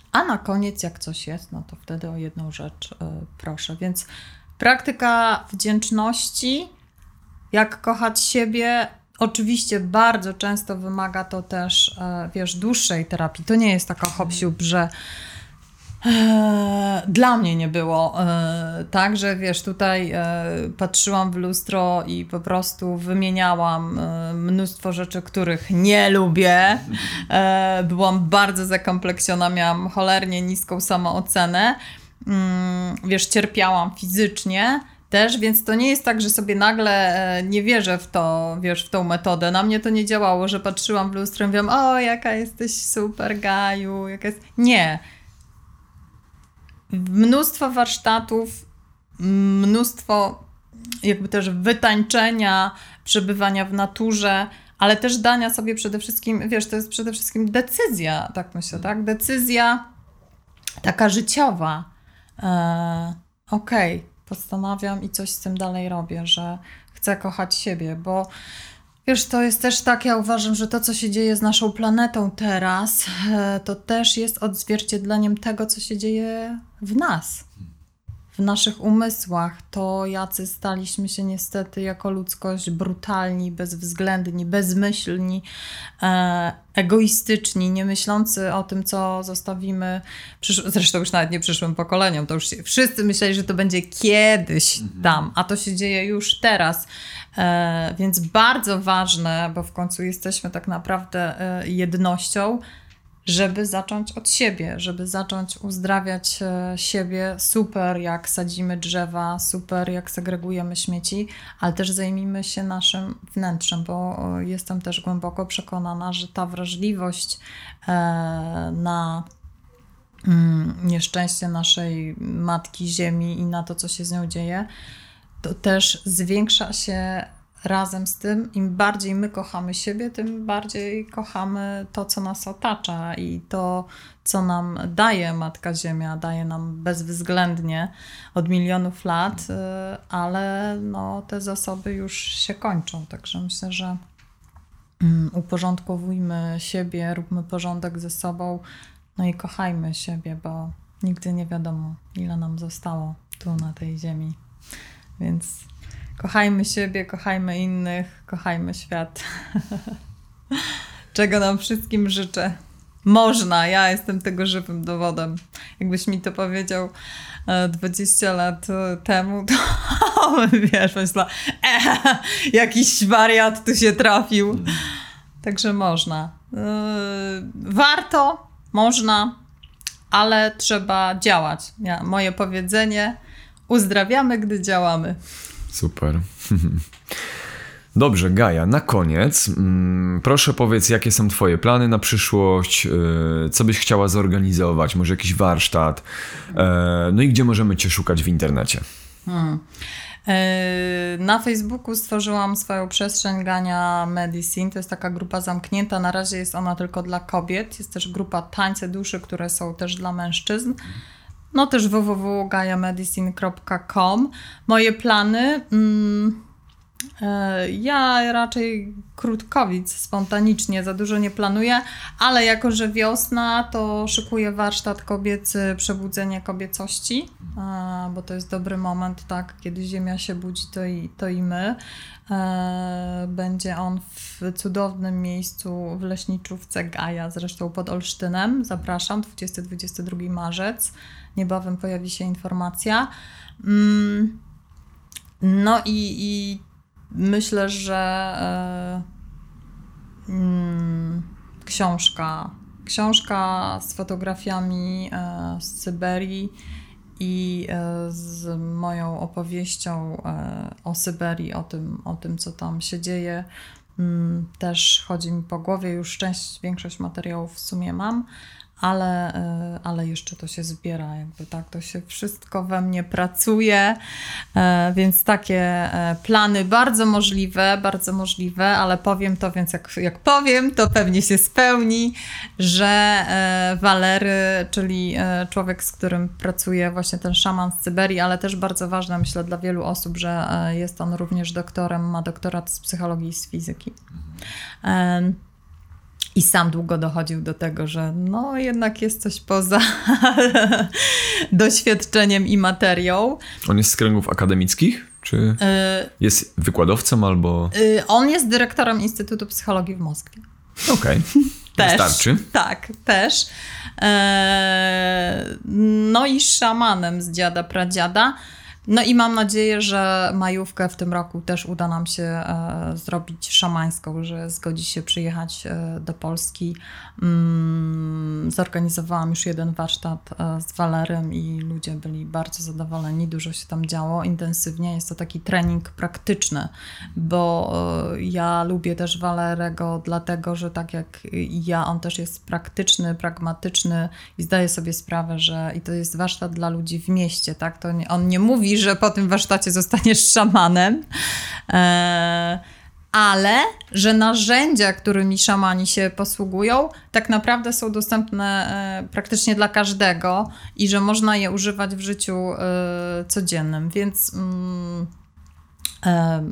S2: A na koniec, jak coś jest, no to wtedy o jedną rzecz y, proszę. Więc praktyka wdzięczności, jak kochać siebie, oczywiście bardzo często wymaga to też, y, wiesz, dłuższej terapii. To nie jest taka hop-siup, że e, dla mnie nie było e, tak, że wiesz, tutaj e, patrzyłam w lustro i po prostu wymieniałam e, mnóstwo rzeczy, których nie lubię. E, byłam bardzo zakompleksiona, miałam cholernie niską samoocenę. Mm, wiesz, cierpiałam fizycznie też, więc to nie jest tak, że sobie nagle e, nie wierzę w to, wiesz, w tą metodę. Na mnie to nie działało, że patrzyłam w lustro i mówiłam, o, jaka jesteś super, Gaju, jaka jest... Nie. Mnóstwo warsztatów, mnóstwo jakby też wytańczenia, przebywania w naturze, ale też dania sobie przede wszystkim, wiesz, to jest przede wszystkim decyzja, tak myślę, tak? Decyzja taka życiowa. E, Okej, okay, postanawiam i coś z tym dalej robię, że chcę kochać siebie, bo wiesz, to jest też tak, ja uważam, że to, co się dzieje z naszą planetą teraz, to też jest odzwierciedleniem tego, co się dzieje w nas, w naszych umysłach. To jacy staliśmy się niestety jako ludzkość brutalni, bezwzględni, bezmyślni, e, egoistyczni, nie myślący o tym, co zostawimy, przysz- zresztą już nawet nie przyszłym pokoleniom, to już się, wszyscy myśleli, że to będzie kiedyś tam, a to się dzieje już teraz. E, więc bardzo ważne, bo w końcu jesteśmy tak naprawdę e, jednością, żeby zacząć od siebie, żeby zacząć uzdrawiać e, siebie. Super, jak sadzimy drzewa, super, jak segregujemy śmieci, ale też zajmijmy się naszym wnętrzem, bo e, jestem też głęboko przekonana, że ta wrażliwość e, na mm, nieszczęście naszej matki ziemi i na to, co się z nią dzieje, to też zwiększa się razem z tym. Im bardziej my kochamy siebie, tym bardziej kochamy to, co nas otacza i to, co nam daje Matka Ziemia, daje nam bezwzględnie od milionów lat, ale no, te zasoby już się kończą. Także myślę, że uporządkowujmy siebie, róbmy porządek ze sobą, no i kochajmy siebie, bo nigdy nie wiadomo, ile nam zostało tu na tej ziemi. Więc kochajmy siebie, kochajmy innych, kochajmy świat. Czego nam wszystkim życzę. Można, ja jestem tego żywym dowodem. Jakbyś mi to powiedział dwadzieścia lat temu, to wiesz, myślę, e, jakiś wariat tu się trafił. Mm. Także można. Yy, warto, można, ale trzeba działać. Ja, moje powiedzenie, uzdrawiamy, gdy działamy.
S1: Super. Dobrze, Gaja, na koniec mm, proszę powiedz, jakie są twoje plany na przyszłość, yy, co byś chciała zorganizować, może jakiś warsztat, yy, no i gdzie możemy cię szukać w internecie?
S2: Hmm. Yy, na Facebooku stworzyłam swoją przestrzeń Gania Medicine, to jest taka grupa zamknięta, na razie jest ona tylko dla kobiet, jest też grupa Tańce Duszy, które są też dla mężczyzn. No też w w w kropka gaia medicine kropka com. Moje plany... Mm, e, ja raczej krótkowic, spontanicznie, za dużo nie planuję, ale jako, że wiosna, to szykuję warsztat kobiecy, przebudzenie kobiecości, e, bo to jest dobry moment, tak, kiedy ziemia się budzi, to i, to i my. E, będzie on w cudownym miejscu w Leśniczówce Gaja, zresztą pod Olsztynem. Zapraszam, dwudziestego do dwudziestego drugiego marzec. Niebawem pojawi się informacja. Mm, no i, i myślę, że e, mm, książka, książka z fotografiami e, z Syberii i e, z moją opowieścią e, o Syberii, o tym, o tym, co tam się dzieje. Mm, też chodzi mi po głowie, już część, większość materiałów w sumie mam, ale, ale jeszcze to się zbiera, jakby tak, to się wszystko we mnie pracuje, więc takie plany bardzo możliwe, bardzo możliwe, ale powiem to, więc jak, jak powiem, to pewnie się spełni, że Walery, czyli człowiek, z którym pracuję, właśnie ten szaman z Syberii, ale też bardzo ważne, myślę, dla wielu osób, że jest on również doktorem, ma doktorat z psychologii i z fizyki. I sam długo dochodził do tego, że no jednak jest coś poza doświadczeniem i materią.
S1: On jest z kręgów akademickich? Czy y- jest wykładowcą albo...
S2: Y- on jest dyrektorem Instytutu Psychologii w Moskwie.
S1: Okej, okay. Wystarczy.
S2: Tak, też. Eee, no i szamanem z dziada, pradziada. No i mam nadzieję, że majówkę w tym roku też uda nam się e, zrobić szamańską, że zgodzi się przyjechać e, do Polski. Mm, zorganizowałam już jeden warsztat e, z Walerem i ludzie byli bardzo zadowoleni, dużo się tam działo, intensywnie. Jest to taki trening praktyczny, bo e, ja lubię też Walerego dlatego, że tak jak ja, on też jest praktyczny, pragmatyczny i zdaje sobie sprawę, że i to jest warsztat dla ludzi w mieście, tak? To nie, on nie mówi, że po tym warsztacie zostaniesz szamanem, e, ale że narzędzia, którymi szamani się posługują, tak naprawdę są dostępne e, praktycznie dla każdego i że można je używać w życiu e, codziennym, więc mm, e,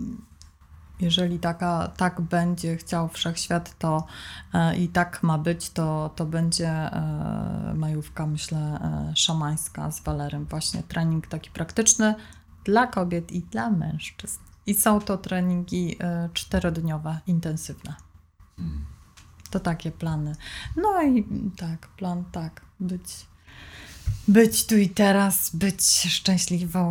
S2: jeżeli taka, tak będzie chciał wszechświat, to e, i tak ma być, to, to będzie e, majówka, myślę, e, szamańska z Walerem. Właśnie trening taki praktyczny dla kobiet i dla mężczyzn. I są to treningi e, czterodniowe, intensywne. To takie plany. No i tak, plan tak, być... Być tu i teraz, być szczęśliwą,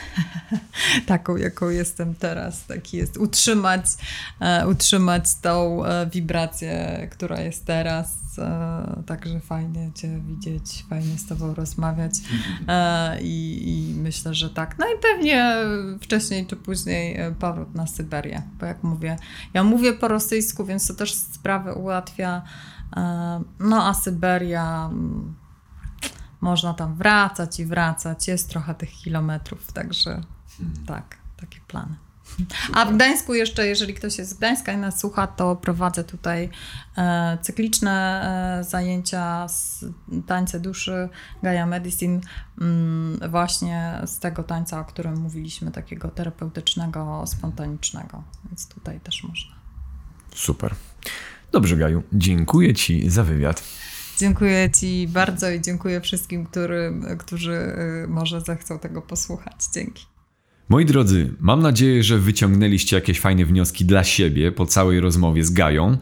S2: taką jaką jestem teraz, taki jest, utrzymać, e, utrzymać tą e, wibrację, która jest teraz, e, także fajnie Cię widzieć, fajnie z Tobą rozmawiać e, i, i myślę, że tak, no i pewnie wcześniej czy później powrót na Syberię, bo jak mówię, ja mówię po rosyjsku, więc to też sprawę ułatwia, e, no a Syberia... Można tam wracać i wracać. Jest trochę tych kilometrów, także hmm. tak, takie plany. Super. A w Gdańsku jeszcze, jeżeli ktoś jest z Gdańska i nas słucha, to prowadzę tutaj e, cykliczne e, zajęcia z tańce duszy, Gaia Medicine, m, właśnie z tego tańca, o którym mówiliśmy, takiego terapeutycznego, spontanicznego. Więc tutaj też można.
S1: Super. Dobrze, Gaju. Dziękuję Ci za wywiad.
S2: Dziękuję Ci bardzo i dziękuję wszystkim, który, którzy może zechcą tego posłuchać. Dzięki.
S1: Moi drodzy, mam nadzieję, że wyciągnęliście jakieś fajne wnioski dla siebie po całej rozmowie z Gają.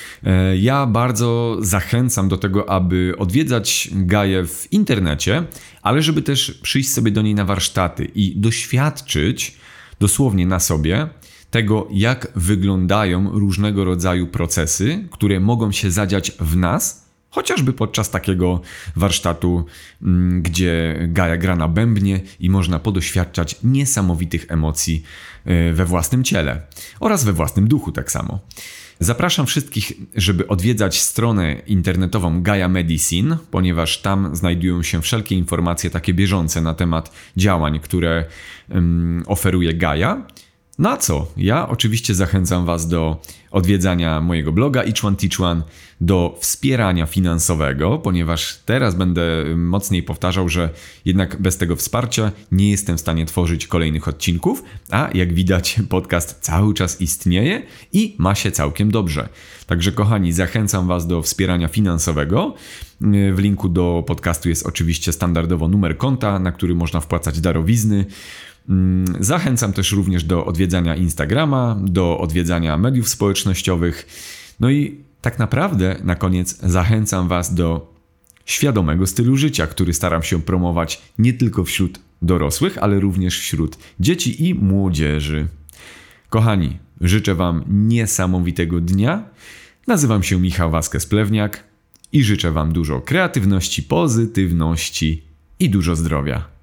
S1: Ja bardzo zachęcam do tego, aby odwiedzać Gaję w internecie, ale żeby też przyjść sobie do niej na warsztaty i doświadczyć dosłownie na sobie tego, jak wyglądają różnego rodzaju procesy, które mogą się zadziać w nas, chociażby podczas takiego warsztatu, gdzie Gaja gra na bębnie i można podoświadczać niesamowitych emocji we własnym ciele oraz we własnym duchu tak samo. Zapraszam wszystkich, żeby odwiedzać stronę internetową Gaia Medicine, ponieważ tam znajdują się wszelkie informacje takie bieżące na temat działań, które um, oferuje Gaia. Na co? Ja oczywiście zachęcam Was do odwiedzania mojego bloga Each One Teach One, do wspierania finansowego, ponieważ teraz będę mocniej powtarzał, że jednak bez tego wsparcia nie jestem w stanie tworzyć kolejnych odcinków, a jak widać podcast cały czas istnieje i ma się całkiem dobrze. Także kochani, zachęcam Was do wspierania finansowego. W linku do podcastu jest oczywiście standardowo numer konta, na który można wpłacać darowizny. Zachęcam też również do odwiedzania Instagrama, do odwiedzania mediów społecznościowych. No i tak naprawdę na koniec zachęcam Was do świadomego stylu życia, który staram się promować nie tylko wśród dorosłych, ale również wśród dzieci i młodzieży. Kochani, życzę Wam niesamowitego dnia. Nazywam się Michał Vasquez-Plewniak i życzę Wam dużo kreatywności, pozytywności i dużo zdrowia.